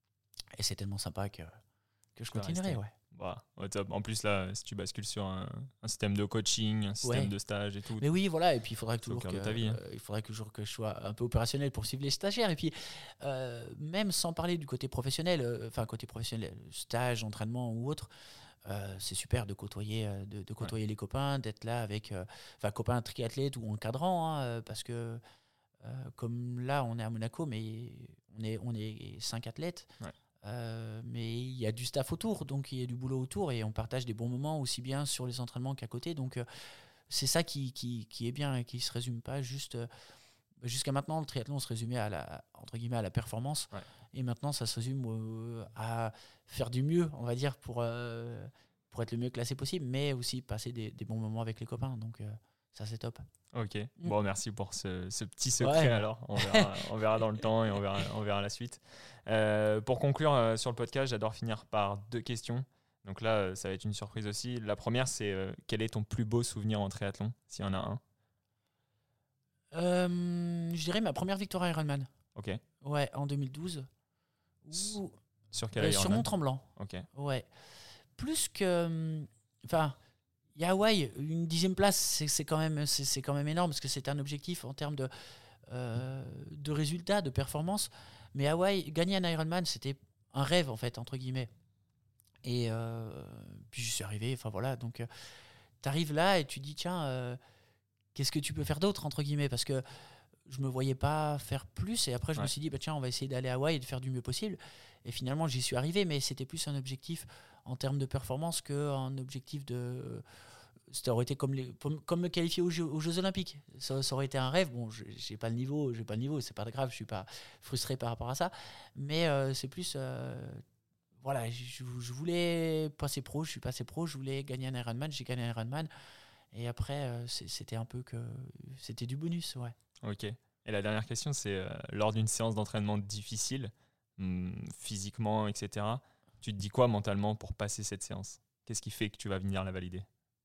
Et c'est tellement sympa que, que je continuerai. Ouais. Bah, ouais, top. En plus, là, si tu bascules sur un, un système de coaching, un système ouais. de stage et tout. Mais oui, voilà, et puis il faudrait que toujours que, ta vie, hein. euh, il faudrait toujours que je sois un peu opérationnel pour suivre les stagiaires. Et puis, euh, même sans parler du côté professionnel, enfin, euh, côté professionnel, stage, entraînement ou autre, Euh, c'est super de côtoyer, de, de côtoyer ouais. les copains, d'être là avec enfin euh, copains triathlètes ou encadrant, hein, parce que euh, comme là on est à Monaco, mais on est on est cinq athlètes, ouais. euh, mais il y a du staff autour, donc il y a du boulot autour et on partage des bons moments aussi bien sur les entraînements qu'à côté. Donc euh, c'est ça qui, qui qui est bien et qui se résume pas juste euh, jusqu'à maintenant le triathlon se résumait à la entre guillemets à la performance. Ouais. Et maintenant, ça se résume euh, à faire du mieux, on va dire, pour, euh, pour être le mieux classé possible, mais aussi passer des, des bons moments avec les copains. Donc, euh, ça, c'est top. Ok. Mm. Bon, merci pour ce, ce petit secret, ouais. alors. On verra, on verra dans le temps et on verra, on verra la suite. Euh, pour conclure euh, sur le podcast, j'adore finir par deux questions. Donc là, ça va être une surprise aussi. La première, c'est euh, quel est ton plus beau souvenir en triathlon, s'il y en a un ? euh, Je dirais ma première victoire à Ironman. Ok. Ouais, en deux mille douze. Ou, sur quel euh, Sur Mont-Tremblant. Ok. Ouais. Plus que. Enfin, il y a Hawaï, une dixième place, c'est, c'est, quand même, c'est, c'est quand même énorme parce que c'était un objectif en termes de, euh, de résultats, de performance. Mais Hawaï, gagner un Ironman, c'était un rêve, en fait, entre guillemets. Et euh, puis je suis arrivé, enfin voilà. Donc, euh, tu arrives là et tu dis, tiens, euh, qu'est-ce que tu peux faire d'autre, entre guillemets ? Parce que je me voyais pas faire plus et après je ouais. me suis dit bah tiens on va essayer d'aller à Hawaï et de faire du mieux possible et finalement j'y suis arrivé, mais c'était plus un objectif en termes de performance qu'un objectif de ça aurait été comme, les, comme me qualifier aux Jeux, aux Jeux Olympiques, ça, ça aurait été un rêve. Bon, j'ai pas le niveau j'ai pas le niveau c'est pas grave, je suis pas frustré par rapport à ça, mais euh, c'est plus euh, voilà, je, je voulais passer pro, je suis passé pro, je voulais gagner un Ironman, j'ai gagné un Ironman et après euh, c'était un peu que c'était du bonus. Ouais. Ok. Et la dernière question, c'est euh, lors d'une séance d'entraînement difficile, hum, physiquement, et cetera, tu te dis quoi mentalement pour passer cette séance ? Qu'est-ce qui fait que tu vas venir la valider ?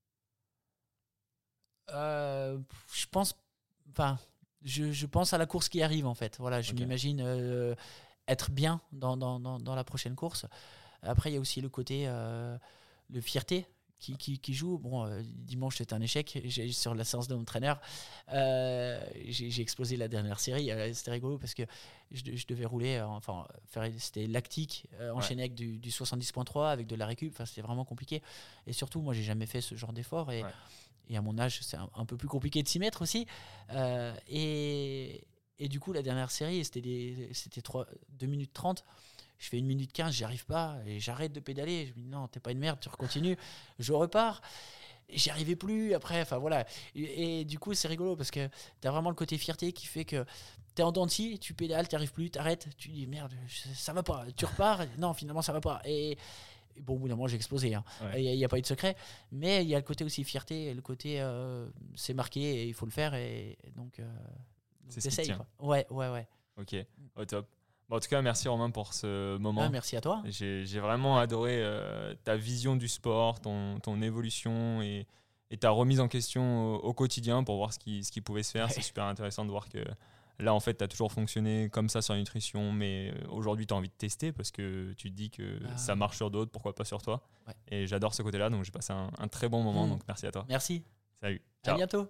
euh, Je pense, enfin, je, je pense à la course qui arrive en fait. Voilà, je okay. m'imagine euh, être bien dans, dans, dans, dans la prochaine course. Après, il y a aussi le côté, euh, le fierté. Qui, qui, qui joue. Bon, euh, dimanche, c'était un échec. J'ai, sur la séance de mon entraîneur, euh, j'ai, j'ai explosé la dernière série. Euh, c'était rigolo parce que je, je devais rouler, euh, enfin, faire, c'était lactique, euh, enchaîné ouais. avec du, du soixante-dix virgule trois, avec de la récup. Enfin, c'était vraiment compliqué. Et surtout, moi, j'ai jamais fait ce genre d'effort. Et, ouais. et à mon âge, c'est un, un peu plus compliqué de s'y mettre aussi. Euh, et, et du coup, la dernière série, c'était, des, c'était trois, deux minutes trente. Je fais une minute quinze, j'y arrive pas, et j'arrête de pédaler. Je me dis non, t'es pas une merde, tu recontinues. Je repars, et j'y arrivais plus après. Enfin voilà. Et, et du coup, c'est rigolo parce que t'as vraiment le côté fierté qui fait que t'es en dents de scie, tu pédales, t'y arrives plus, t'arrêtes, tu dis merde, ça va pas. Tu repars, non, finalement ça va pas. Et, et bon, au bout d'un moment, j'ai explosé. Hein. Ouais. Il n'y a, a pas eu de secret, mais il y a le côté aussi fierté, et le côté euh, c'est marqué et il faut le faire. Et, et donc, euh, donc c'est t'essayes. Quoi. Ouais, ouais, ouais. Ok, au top. Bon, en tout cas, merci Romain pour ce moment. Ah, merci à toi. J'ai, j'ai vraiment adoré euh, ta vision du sport, ton, ton évolution et, et ta remise en question au, au quotidien pour voir ce qui, ce qui pouvait se faire. Ouais. C'est super intéressant de voir que Là, en fait, tu as toujours fonctionné comme ça sur la nutrition, mais aujourd'hui, tu as envie de tester parce que tu te dis que ah. ça marche sur d'autres, pourquoi pas sur toi. Ouais. Et j'adore ce côté-là, donc j'ai passé un, un très bon moment, mmh. donc merci à toi. Merci. Salut. Ciao. À bientôt.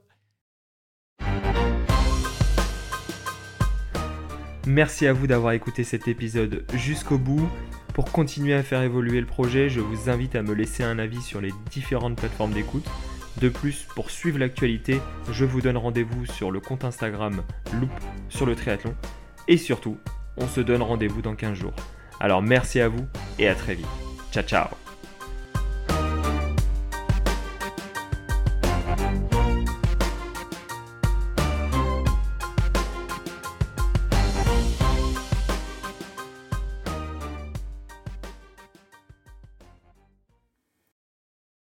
Merci à vous d'avoir écouté cet épisode jusqu'au bout. Pour continuer à faire évoluer le projet, je vous invite à me laisser un avis sur les différentes plateformes d'écoute. De plus, pour suivre l'actualité, je vous donne rendez-vous sur le compte Instagram Loop sur le triathlon. Et surtout, on se donne rendez-vous dans quinze jours. Alors merci à vous et à très vite. Ciao ciao.